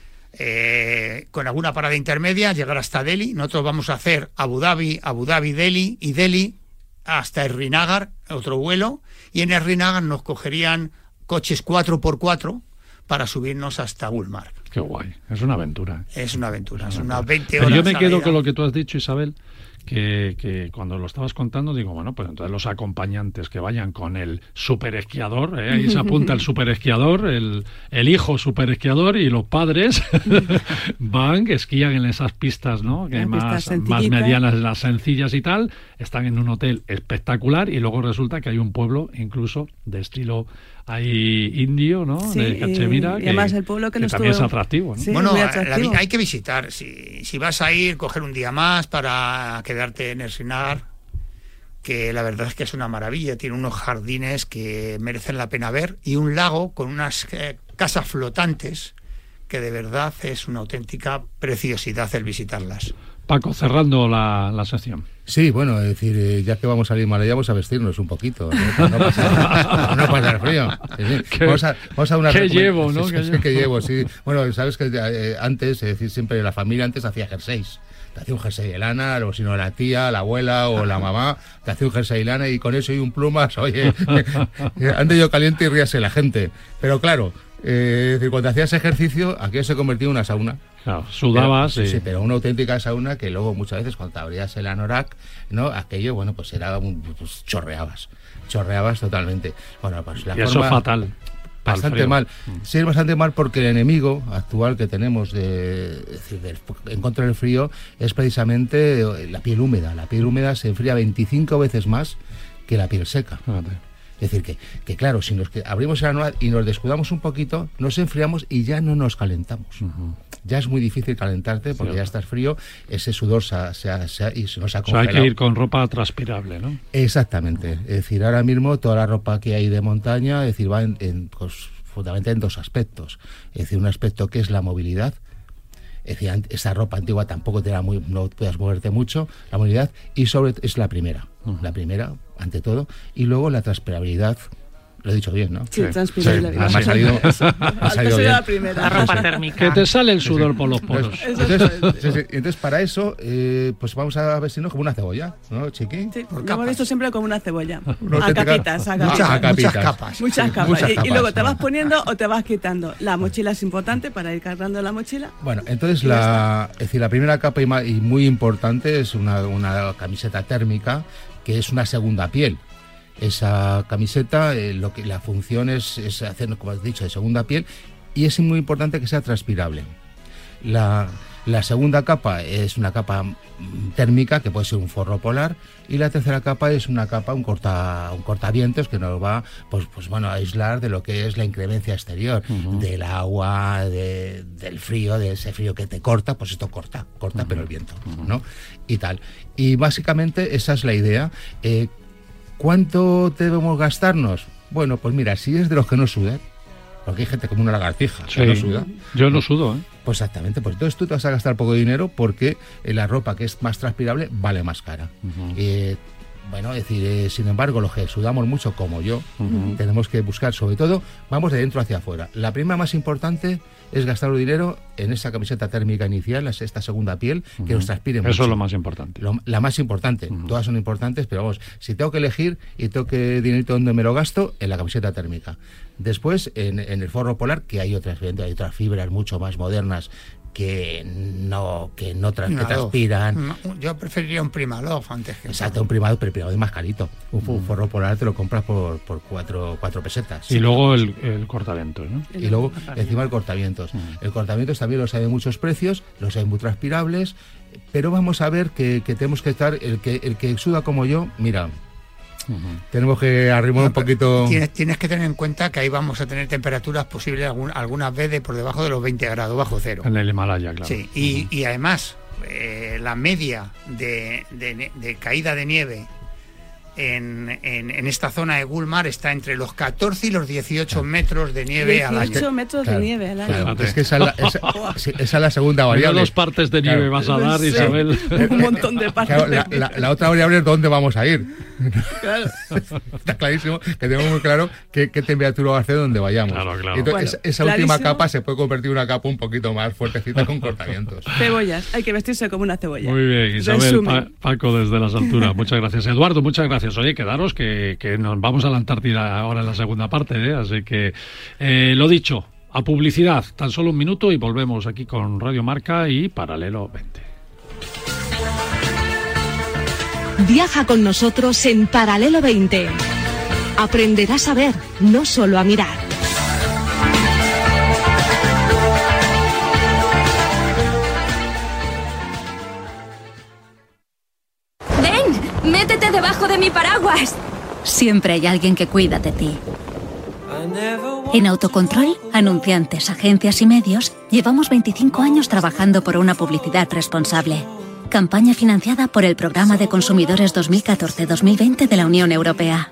eh, con alguna parada intermedia, llegar hasta Delhi. Nosotros vamos a hacer Abu Dhabi, Abu Dhabi, Delhi y Delhi hasta Srinagar, otro vuelo. Y en Srinagar nos cogerían coches cuatro por cuatro para subirnos hasta Gulmarg. Qué guay, es una aventura. Es una aventura, es son una unas veinte Pero horas. yo me quedo ida. con lo que tú has dicho, Isabel, que, que cuando lo estabas contando digo, bueno, pues entonces los acompañantes que vayan con el superesquiador, ¿eh? Ahí se apunta el superesquiador, el, el hijo superesquiador y los padres van, que esquían en esas pistas, ¿no? Que Las más, pistas más sencillitas. medianas, las sencillas y tal, están en un hotel espectacular y luego resulta que hay un pueblo incluso de estilo ahí indio, ¿no? Sí, de Cachemira, y que, además el pueblo que que nos también tuvo- es atractivo, ¿no? Sí, bueno, muy la- atractivo. hay que visitar. Si, si vas a ir, coger un día más para quedarte en Srinagar, que la verdad es que es una maravilla. Tiene unos jardines que merecen la pena ver y un lago con unas eh, casas flotantes que de verdad es una auténtica preciosidad el visitarlas. Paco, cerrando la, la sección. Sí, bueno, es decir, eh, ya que vamos al Himalaya, vamos a vestirnos un poquito, ¿no? Para no pasar, para no pasar frío. Sí, sí. ¿Qué- Vamos a, vamos a una qué recomen- llevo, no? Sí, ¿Qué sí, llevo? que llevo, sí. Bueno, sabes que eh, antes, es decir, siempre la familia antes hacía jerseys. Te hacía un jersey de lana, o si no la tía, la abuela o la mamá, te hacía un jersey de lana y con eso y un plumas, oye, ande yo caliente y ríase la gente. Pero claro, eh, es decir, cuando hacías ejercicio, aquello se convertía en una sauna. Claro, sudabas Pero, y... sí, sí, pero una auténtica sauna que luego muchas veces cuando te abrías el anorak, ¿no? Aquello, bueno, pues era un, pues chorreabas, chorreabas totalmente. Bueno, pues la y eso forma, es fatal. para el bastante frío. mal. Sí, es bastante mal porque el enemigo actual que tenemos de, es decir, de- en contra del frío es precisamente la piel húmeda. La piel húmeda se enfría veinticinco veces más que la piel seca. Fíjate. Es decir, que, que claro, si nos que abrimos el anorak y nos descuidamos un poquito, nos enfriamos y ya no nos calentamos. Ujú. Ya es muy difícil calentarte porque Cierto. ya estás frío, ese sudor se ha, se ha- se ha- y se nos ha O sea, hay congelado. que ir con ropa transpirable, ¿no? Exactamente. Es decir, ahora mismo toda la ropa que hay de montaña, es decir, va en, en, pues, fundamentalmente en dos aspectos. Es decir, un aspecto que es la movilidad. Es decir, ant- esa ropa antigua tampoco te era muy, no puedas moverte mucho, la movilidad, y sobre es la primera, Ujú. la primera, ante todo, y luego la transpirabilidad Lo he dicho bien, ¿no? Sí, transpirable. Sí, ha salido, ha salido bien. La primera. La ropa térmica. Que te sale el sudor por los poros. Entonces, sí, sí. Entonces para eso, eh, pues vamos a vestirnos como una cebolla, ¿no, Chiqui? Sí, lo hemos visto siempre como una cebolla. No a, te capitas, a Muchas, capitas. capitas. muchas capas. Muchas Sí, capas. muchas Y, capas. y luego te vas poniendo o te vas quitando. La mochila es importante para ir cargando la mochila. Bueno, entonces la, es decir, la primera capa y, ma- y muy importante es una, una camiseta térmica, que es una segunda piel. Esa camiseta, eh, lo que la función es, es hacer, como has dicho, de segunda piel, y es muy importante que sea transpirable. La, la segunda capa es una capa mm, térmica, que puede ser un forro polar, y la tercera capa es una capa, un corta, un cortavientos, que nos va, pues, pues bueno, a aislar de lo que es la inclemencia exterior, uh-huh. del agua, de, del frío, de ese frío que te corta, pues esto corta, corta, uh-huh. pero el viento, uh-huh. ¿no? Y tal. Y básicamente esa es la idea. Eh, ¿Cuánto debemos gastarnos? Bueno, pues mira, si es de los que no sudan, porque hay gente como una lagartija sí, que no suda. Yo no sudo, ¿eh? Pues exactamente, pues entonces tú te vas a gastar poco dinero porque la ropa que es más transpirable vale más cara. Uh-huh. Eh, bueno, es decir, eh, sin embargo, los que sudamos mucho, como yo, uh-huh. tenemos que buscar, sobre todo, vamos de dentro hacia afuera. La primera más importante es gastar el dinero en esa camiseta térmica inicial, esta segunda piel, uh-huh. que nos transpire mucho. Eso es lo más importante. Lo, la más importante. Uh-huh. Todas son importantes, pero vamos, si tengo que elegir y tengo que dinerito donde me lo gasto, en la camiseta térmica. Después, en, en el forro polar, que hay otras, hay otras fibras mucho más modernas que no que no tra- que transpiran. No, yo preferiría un Primalove antes que... Exacto, un Primalove, pero el Primalove es más carito. Un, un forro polar te lo compras por, por cuatro, cuatro pesetas. Y luego el, el cortavientos, ¿no? Y luego encima el cortavientos. Uh-huh. El cortavientos también los hay de muchos precios, los hay muy transpirables, pero vamos a ver que, que tenemos que estar, el que, el que suda como yo, mira... Uh-huh. Tenemos que arrimar no, un poquito... Tienes, tienes que tener en cuenta que ahí vamos a tener temperaturas posibles algún, algunas veces por debajo de los veinte grados, bajo cero. En el Himalaya, claro. Sí, y, uh-huh. y además eh, la media de, de, de caída de nieve en, en, en esta zona de Gulmar está entre los catorce y los dieciocho metros de nieve al año. dieciocho metros claro, de nieve al año. Claro, es que esa es la, esa, esa es la segunda variable. Dos partes de nieve claro. vas a dar, sí. Isabel. Un montón de partes. Claro, la, la, la otra variable es dónde vamos a ir. Claro. Está clarísimo que tenemos muy claro qué, qué temperatura va a hacer donde vayamos. Claro, claro. Entonces, bueno, esa, esa última capa se puede convertir en una capa un poquito más fuertecita con cortavientos. Cebollas, hay que vestirse como una cebolla. Muy bien, Isabel, pa- Paco desde las alturas. Muchas gracias. Eduardo, muchas gracias. Oye, quedaros que, que nos vamos a la Antártida ahora en la segunda parte, ¿eh? Así que eh, lo dicho, a publicidad, tan solo un minuto y volvemos aquí con Radio Marca y Paralelo veinte. Viaja con nosotros en Paralelo veinte. Aprenderás a ver, no solo a mirar. ¡Ven! ¡Métete debajo de mi paraguas! Siempre hay alguien que cuida de ti. En Autocontrol, anunciantes, agencias y medios, llevamos veinticinco años trabajando por una publicidad responsable. Campaña financiada por el Programa de Consumidores dos mil catorce a dos mil veinte de la Unión Europea.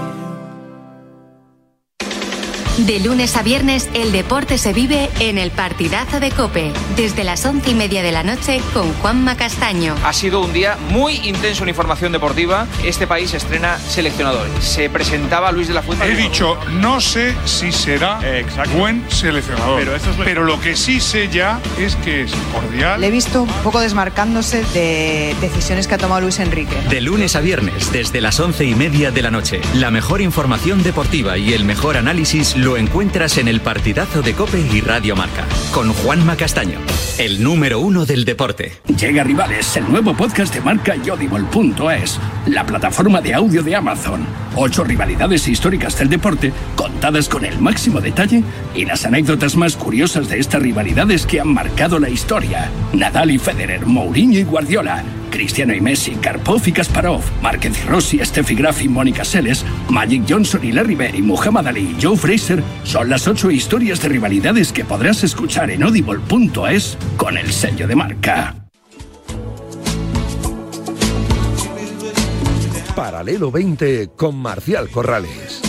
De lunes a viernes, el deporte se vive en el partidazo de COPE, desde las once y media de la noche con Juanma Castaño. Ha sido un día muy intenso en información deportiva. Este país estrena seleccionador. Se presentaba Luis de la Fuente. He dicho, no sé si será Exacto. buen seleccionador, pero, eso es lo... pero lo que sí sé ya es que es cordial. Le he visto un poco desmarcándose de decisiones que ha tomado Luis Enrique. De lunes a viernes, desde las once y media de la noche, la mejor información deportiva y el mejor análisis lo encuentras en el partidazo de COPE y Radio Marca, con Juanma Castaño, el número uno del deporte. Llega Rivales, el nuevo podcast de Marca y Audible punto es, la plataforma de audio de Amazon. Ocho rivalidades históricas del deporte, contadas con el máximo detalle y las anécdotas más curiosas de estas rivalidades que han marcado la historia. Nadal y Federer, Mourinho y Guardiola, Cristiano y Messi, Karpov y Kasparov, Márquez y Rossi, Steffi Graf y Mónica Seles, Magic Johnson y Larry Bird y Muhammad Ali y Joe Fraser son las ocho historias de rivalidades que podrás escuchar en Audible punto es con el sello de Marca. Paralelo veinte con Marcial Corrales.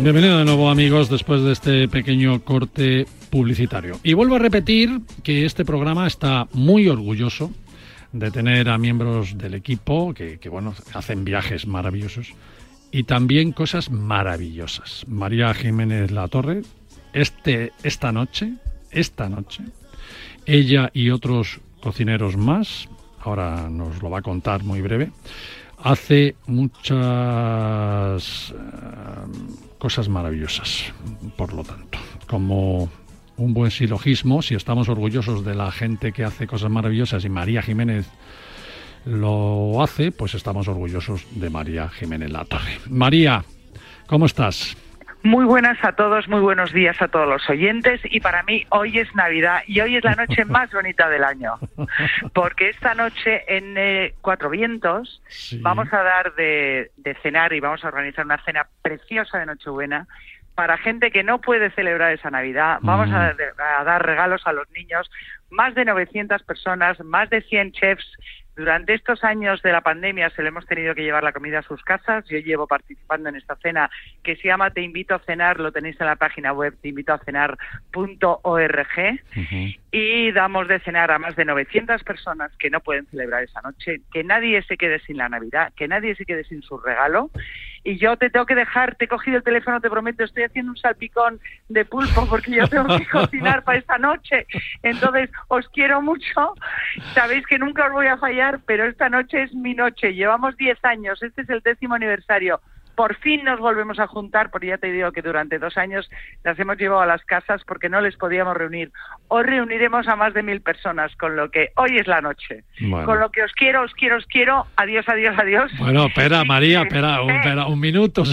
Bienvenido de nuevo, amigos, después de este pequeño corte publicitario. Y vuelvo a repetir que este programa está muy orgulloso de tener a miembros del equipo que, que bueno, hacen viajes maravillosos y también cosas maravillosas. María Jiménez Latorre, este, esta noche, esta noche, ella y otros cocineros más, ahora nos lo va a contar muy breve, hace muchas uh, cosas maravillosas, por lo tanto, como un buen silogismo. Si estamos orgullosos de la gente que hace cosas maravillosas y María Jiménez lo hace, pues estamos orgullosos de María Jiménez Latorre. María, ¿cómo estás? Muy buenas a todos, muy buenos días a todos los oyentes, y para mí hoy es Navidad y hoy es la noche más bonita del año, porque esta noche en eh, Cuatro Vientos sí. vamos a dar de, de cenar y vamos a organizar una cena preciosa de Nochebuena para gente que no puede celebrar esa Navidad. Vamos mm. a, a dar regalos a los niños, más de novecientas personas, más de cien chefs. Durante estos años de la pandemia se le hemos tenido que llevar la comida a sus casas. Yo llevo participando en esta cena que se llama Te Invito a Cenar, lo tenéis en la página web te invito a cenar punto org. Uh-huh. Y damos de cenar a más de novecientas personas que no pueden celebrar esa noche, que nadie se quede sin la Navidad, que nadie se quede sin su regalo. Y yo te tengo que dejar, te he cogido el teléfono, te prometo, estoy haciendo un salpicón de pulpo porque yo tengo que cocinar para esta noche. Entonces, os quiero mucho, sabéis que nunca os voy a fallar, pero esta noche es mi noche. Llevamos diez años, este es el décimo aniversario. Por fin nos volvemos a juntar, porque ya te digo que durante dos años las hemos llevado a las casas porque no les podíamos reunir. Hoy reuniremos a más de mil personas, con lo que hoy es la noche. Bueno. Con lo que os quiero, os quiero, os quiero. Adiós, adiós, adiós. Bueno, espera, María, espera, un, espera, un minuto.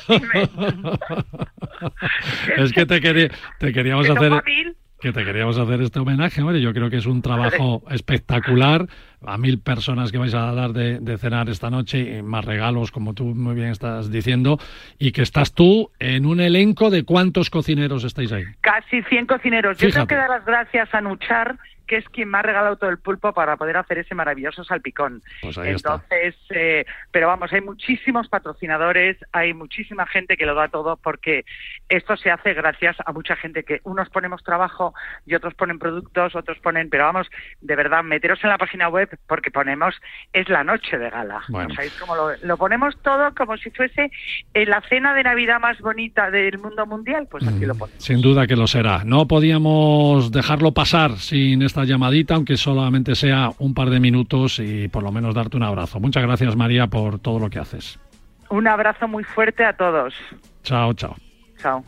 Es que te, quería, te queríamos hacer... Que te queríamos hacer este homenaje, hombre. Yo creo que es un trabajo espectacular. A mil personas que vais a dar de, de cenar esta noche, y más regalos, como tú muy bien estás diciendo, y que estás tú en un elenco de ¿cuántos cocineros estáis ahí? Casi cien cocineros. Yo Fíjate. tengo que dar las gracias a Nuchar, que es quien me ha regalado todo el pulpo para poder hacer ese maravilloso salpicón. Pues ahí Entonces, eh, pero vamos, hay muchísimos patrocinadores, hay muchísima gente que lo da todo, porque esto se hace gracias a mucha gente que unos ponemos trabajo y otros ponen productos, otros ponen, pero vamos, de verdad, meteros en la página web porque ponemos, es la noche de gala. Bueno. ¿Sabéis cómo lo, lo ponemos todo como si fuese eh, la cena de Navidad más bonita del mundo mundial? Pues así mm, lo ponemos. Sin duda que lo será. No podíamos dejarlo pasar sin esta llamadita, aunque solamente sea un par de minutos, y por lo menos darte un abrazo. Muchas gracias, María, por todo lo que haces. Un abrazo muy fuerte a todos. Chao, chao. Chao.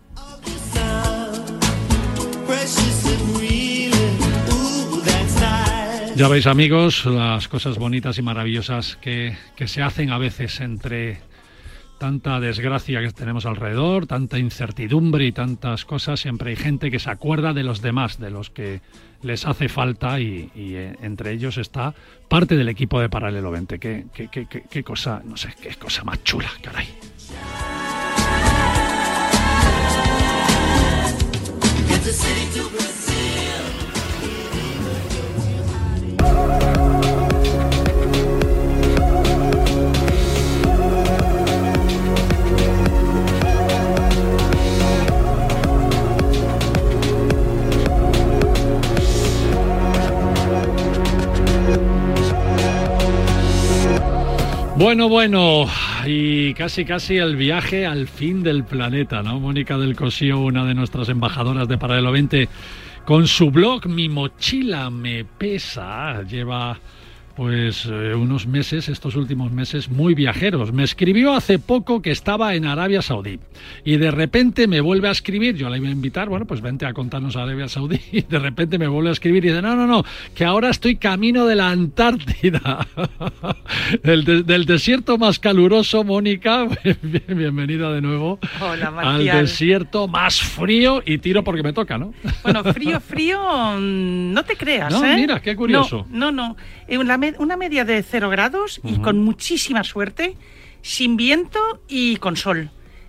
Ya veis, amigos, las cosas bonitas y maravillosas que, que se hacen a veces entre tanta desgracia que tenemos alrededor, tanta incertidumbre y tantas cosas. Siempre hay gente que se acuerda de los demás, de los que les hace falta, y, y eh, entre ellos está parte del equipo de Paralelo veinte. Qué, qué, qué, qué, qué cosa, no sé, qué cosa más chula, caray. Bueno, bueno, y casi casi el viaje al fin del planeta, ¿no? Mónica del Cosío, una de nuestras embajadoras de Paralelo veinte, con su blog Mi Mochila Me Pesa, lleva pues eh, unos meses, estos últimos meses, muy viajeros. Me escribió hace poco que estaba en Arabia Saudí y de repente me vuelve a escribir. Yo la iba a invitar, bueno, pues vente a contarnos a Arabia Saudí, y de repente me vuelve a escribir y dice, no, no, no, que ahora estoy camino de la Antártida, del, de, del desierto más caluroso. Mónica, bienvenida de nuevo. Hola, Marcial. Al desierto más frío, y tiro porque me toca, ¿no? Bueno, frío, frío, no te creas, no, ¿eh? Mira, qué curioso. No, no, no. La una media de cero grados y uh-huh. con muchísima suerte, sin viento y con sol.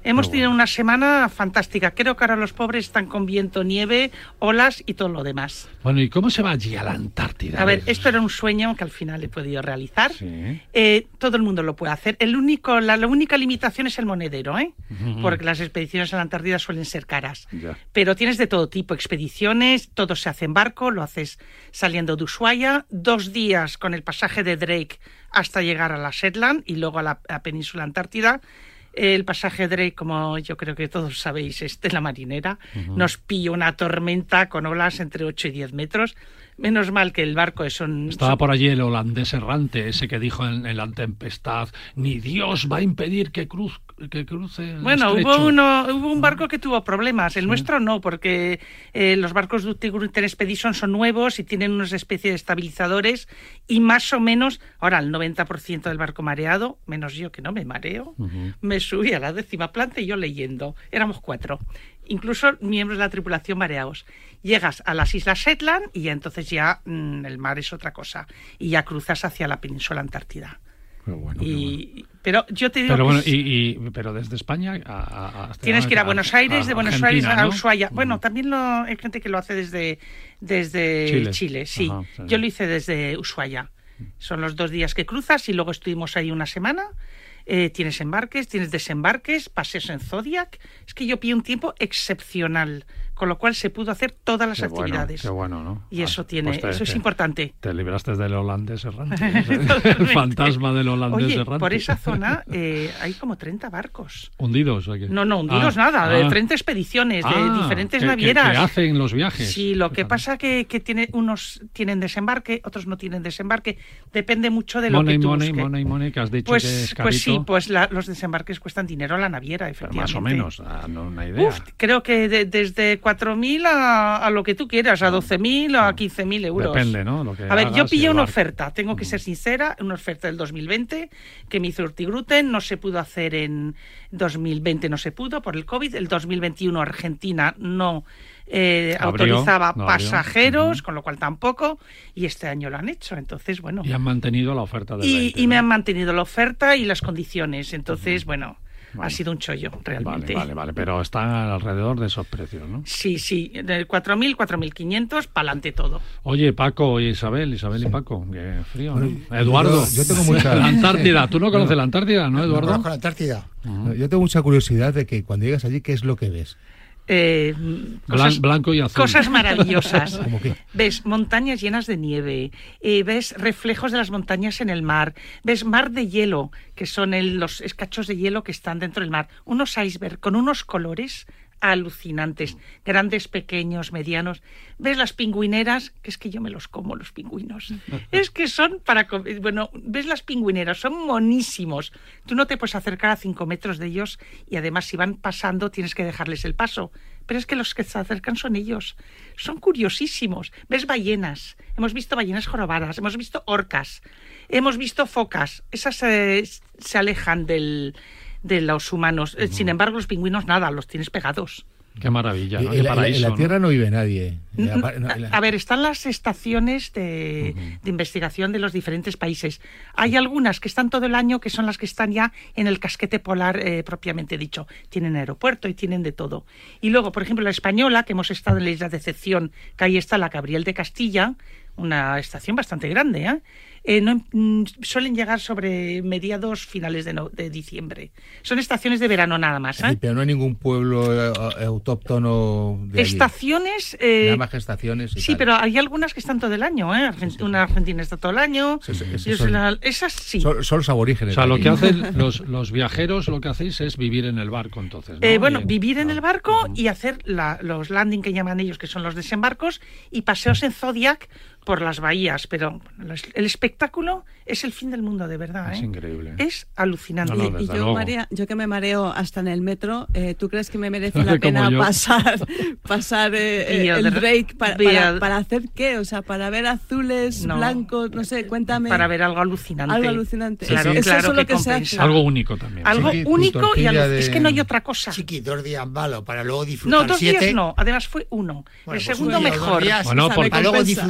Hemos Qué tenido bueno. una semana fantástica. Creo que ahora los pobres están con viento, nieve, olas y todo lo demás. Bueno, ¿y cómo se va allí a la Antártida? A ver, esto era un sueño que al final he podido realizar. Sí. Eh, todo el mundo lo puede hacer. El único, la, la única limitación es el monedero, ¿eh? Ujú. Porque las expediciones a la Antártida suelen ser caras. Ya. Pero tienes de todo tipo, expediciones, todo se hace en barco, lo haces saliendo de Ushuaia, dos días con el pasaje de Drake hasta llegar a la Shetland y luego a la a península Antártida. El pasaje Drake, como yo creo que todos sabéis, es de la marinera. Ujú. Nos pilló una tormenta con olas entre ocho y diez metros. Menos mal que el barco es un... Estaba por allí el holandés errante, ese que dijo en, en la tempestad, ni Dios va a impedir que, cruz, que cruce el Bueno, estrecho. hubo, uno, hubo un barco que tuvo problemas, el nuestro no, porque eh, los barcos Duty Grutten Expedition son nuevos y tienen unas especies de estabilizadores y más o menos, ahora el noventa por ciento del barco mareado, menos yo que no me mareo, Ujú. me subí a la décima planta y yo leyendo, éramos cuatro, incluso miembros de la tripulación mareados. Llegas a las Islas Shetland y ya entonces ya mmm, el mar es otra cosa y ya cruzas hacia la península Antártida. Qué bueno, qué Y, pero yo te digo Pero que bueno, es- y, y- pero desde España a, a- hasta- Tienes que ir a Buenos Aires, de Buenos Aires Argentina, a ¿no? Ushuaia. Bueno, también lo, hay gente que lo hace desde, desde Chile. Chile, sí. Ajá, sí. Yo lo hice desde Ushuaia. Son los dos días que cruzas y luego estuvimos ahí una semana. Eh, tienes embarques, tienes desembarques, paseos en Zodiac. Es que yo pillé un tiempo excepcional, con lo cual se pudo hacer todas las Qué bueno, actividades. qué bueno, ¿no? Y eso Ah, tiene, pues te- eso es te- importante. Te libraste del holandés errante, Totalmente. el fantasma del holandés Oye, errante. por esa zona eh, hay como treinta barcos. ¿Hundidos? ¿o qué? No, no, hundidos Ah, nada, de ah. treinta expediciones, de Ah, diferentes que- que- navieras. que hacen los viajes. Sí, lo que pasa que, que tiene, unos tienen desembarque, otros no tienen desembarque. Depende mucho de lo Money, que tú money, busques. money, money, que has dicho pues, que es pues sí, carito. pues la- los desembarques cuestan dinero a la naviera, Pero efectivamente. más o menos, ah, no una idea. Uf, creo que de- desde cuatro mil a, a lo que tú quieras, a doce mil o a quince mil euros. Depende, ¿no? Lo que A ver, yo hagas y pillé el una barco. oferta, tengo que ser sincera, una oferta del dos mil veinte que me hizo Urtigruten, no se pudo hacer en dos mil veinte, no se pudo por el COVID, el dos mil veintiuno Argentina no eh, Abrió, autorizaba no abrió. pasajeros, con lo cual tampoco, y este año lo han hecho, entonces bueno. Y han mantenido la oferta del Y, veinte, y me ¿no? han mantenido la oferta y las condiciones, entonces bueno, Vale. ha sido un chollo realmente. Vale, vale, vale, pero están alrededor de esos precios, ¿no? Sí, sí, de cuatro mil, cuatro mil quinientos, pa'lante todo. Oye, Paco y Isabel, Isabel y Paco, qué frío, ¿no? Bueno, Eduardo, yo- yo tengo mucha- la Antártida, ¿tú no conoces la Antártida, no, Eduardo? Conozco la Antártida. No, Yo tengo mucha curiosidad de que cuando llegas allí, ¿qué es lo que ves? Eh, Blan- blanco y azul. Cosas maravillosas. ¿Cómo qué? Ves montañas llenas de nieve, eh, ves reflejos de las montañas en el mar, ves mar de hielo, que son el- los escachos de hielo que están dentro del mar, unos iceberg con unos colores alucinantes, grandes, pequeños, medianos. Ves las pingüineras, que es que yo me los como los pingüinos. Es que son para comer. Bueno, ves las pingüineras, son monísimos. Tú no te puedes acercar a cinco metros de ellos y además si van pasando tienes que dejarles el paso. Pero es que los que se acercan son ellos. Son curiosísimos. Ves ballenas, hemos visto ballenas jorobadas, hemos visto orcas, hemos visto focas. Esas eh, se alejan del, de los humanos. Uh-huh. Sin embargo, los pingüinos nada, los tienes pegados. Qué maravilla, ¿no? En, Qué la- paraíso, en la ¿no? Tierra no vive nadie. Mm, Eh, apa- no, en la- A ver, están las estaciones de, Ujú. de investigación de los diferentes países. Hay algunas que están todo el año, que son las que están ya en el casquete polar eh, propiamente dicho. Tienen aeropuerto y tienen de todo. Y luego, por ejemplo, la española, que hemos estado en la isla de Decepción, que ahí está la Gabriel de Castilla, una estación bastante grande, ¿eh? Eh, no, mm, suelen llegar sobre mediados finales de, no- de diciembre. Son estaciones de verano nada más. Sí, ¿eh? pero no hay ningún pueblo eh, eh, autóctono de allí. Estaciones... eh, Nada más que estaciones y Sí, tal. pero hay algunas que están todo el año, ¿eh? Argent- Una argentina está todo el año. Sí, sí, sí, Yo son- soy la- Esas sí. Son, son los aborígenes. O sea, lo de que allí. hacen los, los viajeros, lo que hacéis es vivir en el barco, entonces, ¿no? Eh, bueno, Y en- vivir en ah, el barco ujú. y hacer la- los landing que llaman ellos, que son los desembarcos, y paseos en Zodiac por las bahías. Pero bueno, el espectáculo es el fin del mundo, de verdad. Es ¿eh? increíble. Es alucinante. No, no, Y desde yo, luego. María, yo que me mareo hasta en el metro, eh, ¿tú crees que me merece Como la pena yo. pasar, pasar eh, eh, Tío, el de- break para, vea- para, para hacer qué? O sea, para ver azules, No. blancos, no sé, cuéntame. Para ver algo alucinante. Algo alucinante. Claro, Eso claro es lo que que se compensa. hace. Algo único también. Algo Sí, tu único y tortilla alu- de- es que no hay otra cosa. Chiqui, dos días malo, para luego disfrutar No, dos siete. días no. Además fue uno. Bueno, el pues segundo un día o dos mejor. días, Bueno, Sabe porque- para luego compensa. disfrutar siete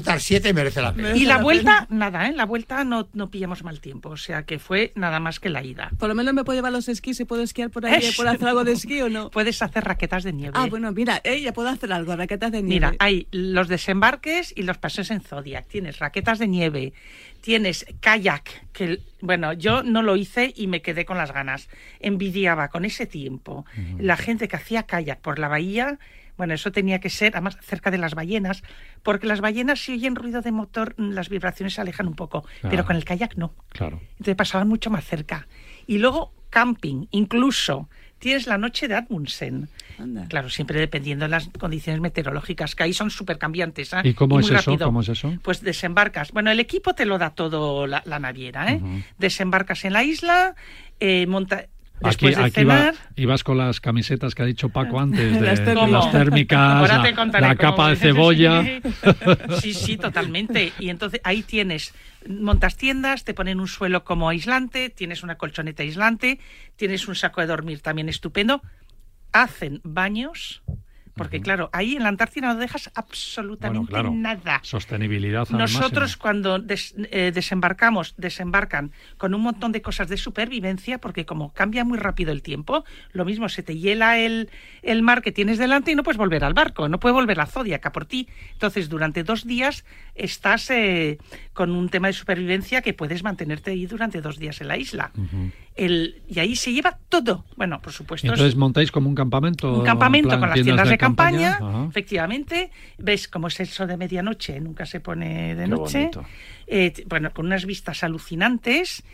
billete y merece la pena. Y la vuelta, nada, ¿eh? La vuelta no, no pillamos mal tiempo, o sea que fue nada más que la ida. Por lo menos me puedo llevar los esquís y puedo esquiar por ahí, ¿puedo hacer algo de esquí o no? Puedes hacer raquetas de nieve. Ah, bueno, mira, eh, ya puedo hacer algo, raquetas de nieve. Mira, hay los desembarques y los paseos en Zodiac. Tienes raquetas de nieve, tienes kayak, que bueno, yo no lo hice y me quedé con las ganas. Envidiaba con ese tiempo uh-huh. la gente que hacía kayak por la bahía. Bueno, eso tenía que ser, además, cerca de las ballenas, porque las ballenas, si oyen ruido de motor, las vibraciones se alejan un poco, claro. pero con el kayak no. Claro. Entonces pasaban mucho más cerca. Y luego, camping, incluso. Tienes la noche de Amundsen. Anda. Claro, siempre dependiendo de las condiciones meteorológicas, que ahí son súper cambiantes. ¿eh? ¿Y cómo y es eso? ¿Cómo es eso? Pues desembarcas. Bueno, el equipo te lo da todo la, la naviera. ¿eh? Uh-huh. Desembarcas en la isla, eh, monta... Después aquí, de aquí cenar... va, ibas con las camisetas que ha dicho Paco antes, de las, las térmicas, la, la capa de cebolla. Sí, sí, totalmente. Y entonces ahí tienes, montas tiendas, te ponen un suelo como aislante, tienes una colchoneta aislante, tienes un saco de dormir también estupendo, hacen baños... Porque, uh-huh. claro, ahí en la Antártida no dejas absolutamente bueno, claro. nada. Sostenibilidad al Nosotros máximo. cuando des, eh, desembarcamos, desembarcan con un montón de cosas de supervivencia, porque como cambia muy rápido el tiempo, lo mismo se te hiela el, el mar que tienes delante y no puedes volver al barco, no puedes volver a Zodiac a por ti. Entonces, durante dos días estás eh, con un tema de supervivencia que puedes mantenerte ahí durante dos días en la isla. Uh-huh. El, y ahí se lleva todo. Bueno, por supuesto. ¿Y entonces montáis como un campamento. Un campamento plan, con las tiendas de, de campaña, campaña efectivamente. Ves cómo es eso de medianoche, nunca se pone de Qué noche. Eh, bueno, con unas vistas alucinantes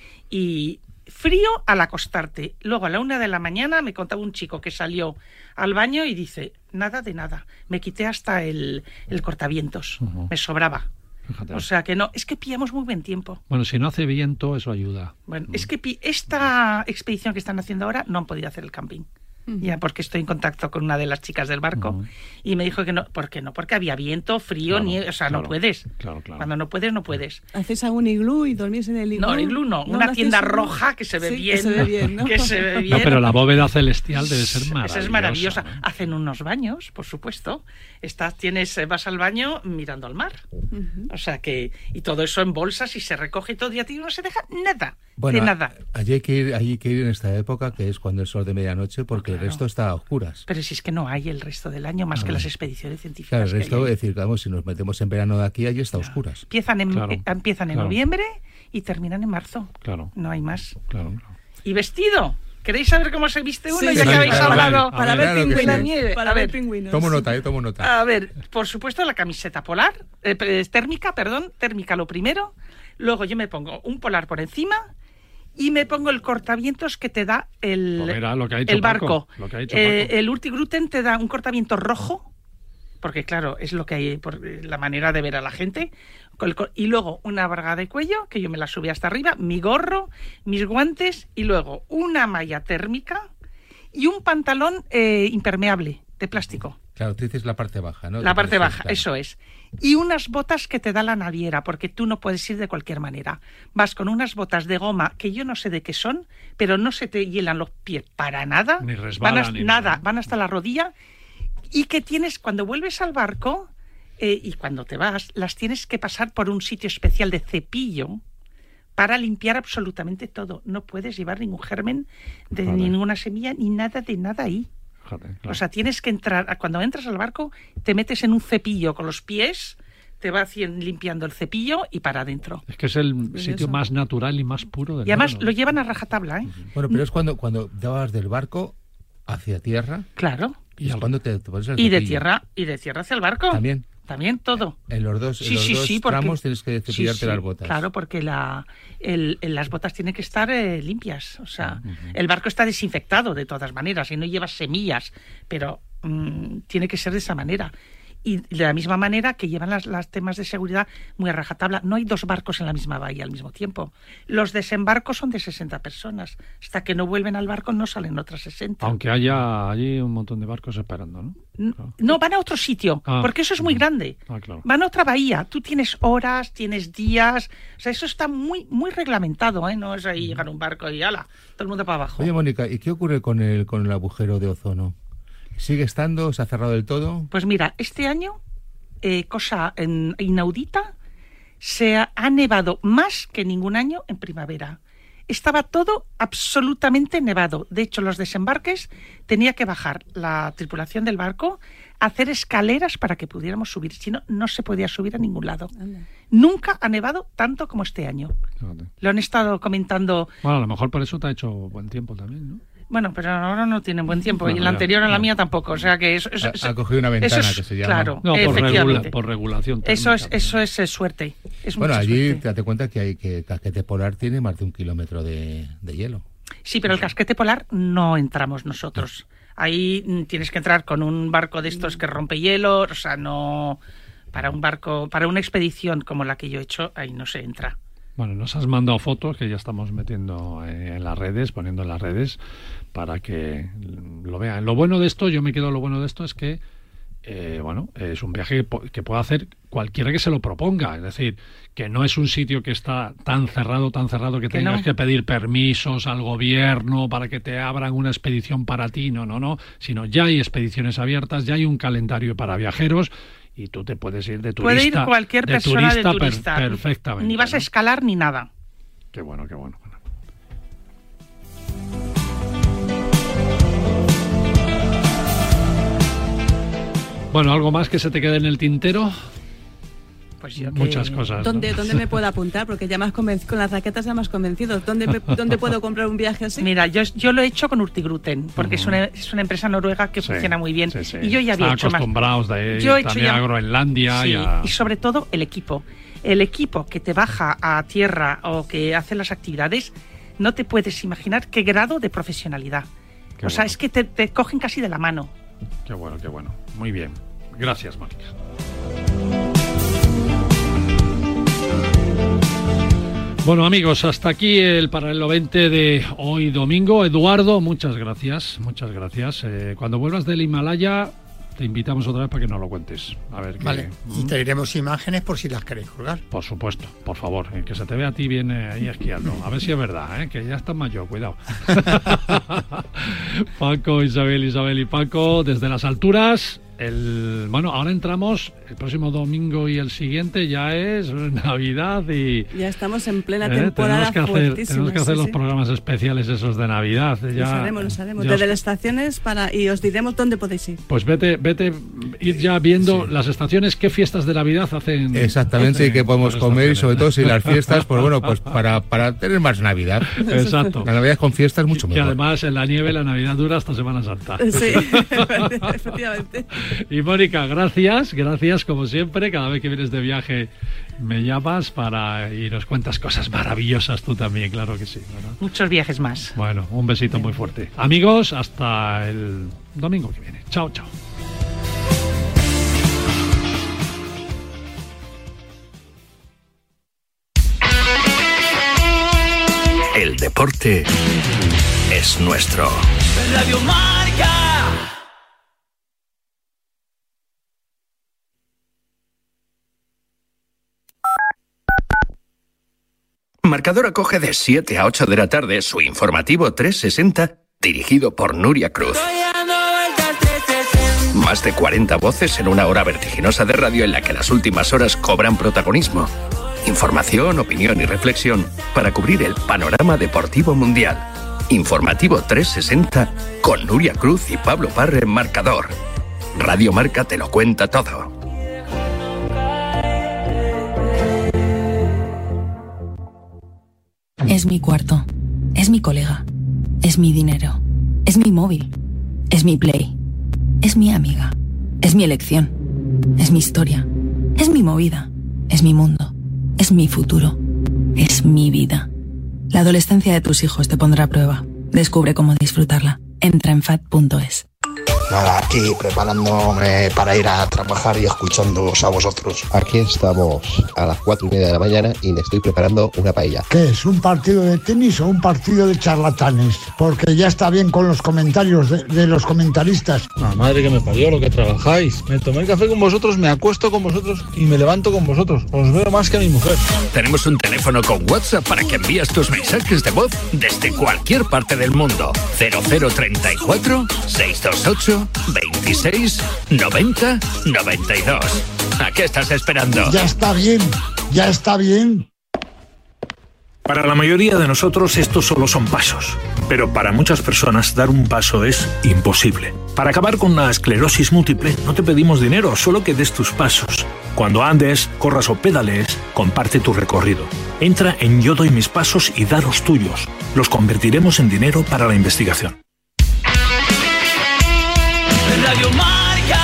y frío al acostarte. Luego a la una de la mañana me contaba un chico que salió al baño y dice, nada de nada. Me quité hasta el, el cortavientos. Uh-huh. Me sobraba. Fíjate. O sea que no, es que pillamos muy buen tiempo. Bueno, si no hace viento, eso ayuda. Bueno, mm. es que pi- esta expedición que están haciendo ahora no han podido hacer el camping. Uh-huh. Ya porque estoy en contacto con una de las chicas del barco uh-huh. y me dijo que no, ¿por qué no? Porque había viento, frío, claro, nieve, o sea, claro, no puedes. Claro, claro. Cuando no puedes, no puedes. ¿Haces algún iglú y dormís en el iglú? No, iglú no, no una tienda roja que se ve sí, bien. Que se ve bien, ¿no? que se ve bien. No, pero la bóveda celestial debe ser maravillosa. Esa es maravillosa. ¿no? Hacen unos baños, por supuesto. Estás, tienes, vas al baño mirando al mar. Uh-huh. O sea que, y todo eso en bolsas y se recoge todo y a ti no se deja nada. Bueno, de nada. Allí hay que ir, allí hay que ir en esta época, que es cuando el sol de medianoche, porque claro. el resto está a oscuras. Pero si es que no hay el resto del año más ah. que las expediciones científicas. Claro, el resto, es decir, claro, si nos metemos en verano de aquí, allí está a claro. oscuras. Empiezan en, claro. eh, empiezan en claro. noviembre y terminan en marzo. Claro. No hay más. Claro, claro. ¿Y vestido? ¿Queréis saber cómo se viste uno? Sí, ya sí, que habéis claro, hablado para ver claro pingüinos. sí. nieve. Para a ver ver pingüinos. Tomo nota, eh, tomo nota. A ver, por supuesto la camiseta polar, eh, térmica, perdón, térmica lo primero. Luego yo me pongo un polar por encima y me pongo el cortavientos que te da el, pues mira, lo que ha dicho el barco. Paco, lo que ha dicho eh, Paco. El Hurtigruten te da un cortavientos rojo, porque claro, es lo que hay, por la manera de ver a la gente. Y luego una braga de cuello, que yo me la subí hasta arriba, mi gorro, mis guantes y luego una malla térmica y un pantalón eh, impermeable de plástico. Claro, tú dices la parte baja, ¿no? La parte baja, claro. eso es. Y unas botas que te da la naviera, porque tú no puedes ir de cualquier manera. Vas con unas botas de goma que yo no sé de qué son, pero no se te hielan los pies para nada. Ni resbalan, van hasta, ni nada, nada. van hasta la rodilla. Y que tienes, cuando vuelves al barco eh, y cuando te vas, las tienes que pasar por un sitio especial de cepillo para limpiar absolutamente todo. No puedes llevar ningún germen de Joder. ninguna semilla ni nada de nada ahí. Joder, claro. O sea, tienes que entrar, cuando entras al barco, te metes en un cepillo con los pies, te va haciendo, limpiando el cepillo y para adentro. Es que es el Pues sitio eso. más natural y más puro del Y además mundo. lo llevan a rajatabla, ¿eh? Bueno, pero es cuando, cuando vas del barco hacia tierra. Claro. Y es cuando te, te pones el Y de cepillo. tierra, y de tierra hacia el barco. También. También todo. En los dos, Sí, en los sí, dos sí, porque- tramos tienes que cepillarte Sí, sí, las botas. Claro, porque la, el, el- las botas tienen que estar eh, limpias. O sea, Ujú. el barco está desinfectado de todas maneras y no llevas semillas, pero mm, tiene que ser de esa manera. Y de la misma manera que llevan las, las temas de seguridad muy a rajatabla. No hay dos barcos en la misma bahía al mismo tiempo. Los desembarcos son de sesenta personas. Hasta que no vuelven al barco no salen otras sesenta. Aunque haya allí un montón de barcos esperando, ¿no? N- Claro. No, van a otro sitio, Ah. porque eso es muy grande. Ah, claro. Van a otra bahía. Tú tienes horas, tienes días. O sea, eso está muy muy reglamentado, ¿eh? No es ahí llegar a un barco y ala, todo el mundo para abajo. Oye, Mónica, ¿y qué ocurre con el, con el agujero de ozono? ¿Sigue estando? ¿Se ha cerrado del todo? Pues mira, este año, eh, cosa en- inaudita, se ha, ha nevado más que ningún año en primavera. Estaba todo absolutamente nevado. De hecho, los desembarques tenía que bajar la tripulación del barco, hacer escaleras para que pudiéramos subir. Si no, no se podía subir a ningún lado. Anda. Nunca ha nevado tanto como este año. Anda. Lo han estado comentando. Bueno, a lo mejor por eso te ha hecho buen tiempo también, ¿no? Bueno, pero ahora no tienen buen tiempo. Bueno, y la anterior a la no. mía tampoco. O sea que eso, eso, ha, ha cogido una ventana es, que se llama. Claro, no, por, regula, por regulación. Eso es, eso es, es suerte. Es bueno, allí suerte. te das cuenta que hay que casquete polar tiene más de un kilómetro de, de hielo. Sí, pero el casquete polar no entramos nosotros. Ahí tienes que entrar con un barco de estos que rompe hielo. O sea, no para un barco, para una expedición como la que yo he hecho, ahí no se entra. Bueno, nos has mandado fotos que ya estamos metiendo en las redes, poniendo en las redes para que lo vean. Lo bueno de esto, yo me quedo lo bueno de esto es que, eh, bueno, es un viaje que puede hacer cualquiera que se lo proponga. Es decir, que no es un sitio que está tan cerrado, tan cerrado que, que tengas no. que pedir permisos al gobierno para que te abran una expedición para ti. No, no, no. Sino ya hay expediciones abiertas, ya hay un calendario para viajeros. Y tú te puedes ir de turista. Puede ir cualquier de persona turista de turista. Per, perfectamente. Ni vas ¿no? a escalar ni nada. Qué bueno, qué bueno. Bueno, ¿algo más que se te quede en el tintero? Pues yo Muchas que... cosas. ¿Dónde, ¿no? ¿Dónde me puedo apuntar? Porque ya me has convencido, con las raquetas ya me has convencido. ¿Dónde, me, ¿Dónde puedo comprar un viaje así? Mira, yo, yo lo he hecho con Urtigruten, porque uh-huh. es, una, es una empresa noruega que sí, funciona muy bien. Sí, sí. Y yo ya había Están hecho más. acostumbrados de yo he también hecho ya... a Groenlandia. Sí, y, a... y sobre todo el equipo. El equipo que te baja a tierra o que hace las actividades, no te puedes imaginar qué grado de profesionalidad. Qué o sea, bueno. es que te, te cogen casi de la mano. Qué bueno, qué bueno. Muy bien. Gracias, Mónica. Bueno, amigos, hasta aquí el Paralelo veinte de hoy domingo. Eduardo, muchas gracias, muchas gracias. Eh, cuando vuelvas del Himalaya, te invitamos otra vez para que nos lo cuentes. A ver qué... Vale, y traeremos imágenes por si las queréis colgar. Por supuesto, por favor, eh, que se te vea a ti bien eh, ahí esquiando. A ver si es verdad, eh, que ya estás mayor, cuidado. Paco, Isabel, Isabel y Paco, desde las alturas... El, bueno, ahora entramos el próximo domingo y el siguiente ya es Navidad y... Ya estamos en plena eh, temporada tenemos que hacer, tenemos que hacer sí, los sí. programas especiales esos de Navidad. Ya, los haremos, los haremos. Ya Desde os... las estaciones para y os diremos dónde podéis ir. Pues vete, vete, ir ya viendo sí. las estaciones, qué fiestas de Navidad hacen. Exactamente, y qué podemos comer y sobre todo si las fiestas, pues bueno, pues para, para tener más Navidad. Exacto. La Navidad con fiestas es mucho que mejor. Que además en la nieve la Navidad dura hasta Semana Santa. Sí, efectivamente. Y Mónica, gracias, gracias como siempre. Cada vez que vienes de viaje me llamas para y nos cuentas cosas maravillosas tú también, claro que sí, ¿verdad? Muchos viajes más. Bueno, un besito muy fuerte. Amigos, hasta el domingo que viene. Chao, chao. El deporte es nuestro. Radio Marca. Marcador acoge de siete a ocho de la tarde su informativo trescientos sesenta, dirigido por Nuria Cruz. Más de cuarenta voces en una hora vertiginosa de radio en la que las últimas horas cobran protagonismo. Información, opinión y reflexión para cubrir el panorama deportivo mundial. Informativo trescientos sesenta con Nuria Cruz y Pablo Parre en Marcador. Radio Marca te lo cuenta todo. Es mi cuarto, es mi colega, es mi dinero, es mi móvil, es mi Play, es mi amiga, es mi elección, es mi historia, es mi movida, es mi mundo, es mi futuro, es mi vida. La adolescencia de tus hijos te pondrá a prueba. Descubre cómo disfrutarla. Entra en fat punto es. Nada, aquí preparándome para ir a trabajar y escuchándoos a vosotros. Aquí estamos a las cuatro y media de la mañana y me estoy preparando una paella. ¿Qué es? ¿Un partido de tenis o un partido de charlatanes? Porque ya está bien con los comentarios de, de los comentaristas. La madre que me parió, lo que trabajáis. Me tomé el café con vosotros, me acuesto con vosotros y me levanto con vosotros. Os veo más que a mi mujer. Tenemos un teléfono con WhatsApp para que envíes tus mensajes de voz desde cualquier parte del mundo. cero cero treinta y cuatro, seiscientos veintiocho, veintiséis, noventa, noventa y dos. ¿A qué estás esperando? Ya está bien. Ya está bien. Para la mayoría de nosotros estos solo son pasos, pero para muchas personas dar un paso es imposible. Para acabar con la esclerosis múltiple no te pedimos dinero, solo que des tus pasos. Cuando andes, corras o pedalees, comparte tu recorrido. Entra en Yo doy mis pasos y da los tuyos. Los convertiremos en dinero para la investigación. Radio Marca.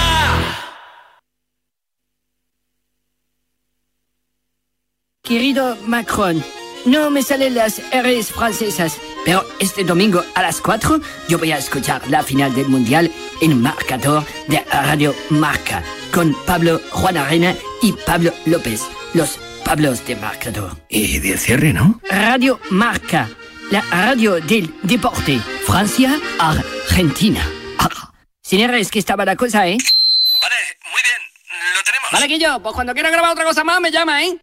Querido Macron, no me salen las R's francesas, pero este domingo a las cuatro yo voy a escuchar la final del Mundial en Marcador de Radio Marca, con Pablo Juan Arena y Pablo López, los Pablos de Marcador. Y de cierre, ¿no? Radio Marca, la radio del deporte, Francia, Argentina. Ah, sin R's que estaba la cosa, ¿eh? Vale, muy bien, lo tenemos. Vale, que yo, pues cuando quiera grabar otra cosa más me llama, ¿eh?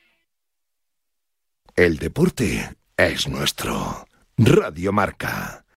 El deporte es nuestro. Radio Marca.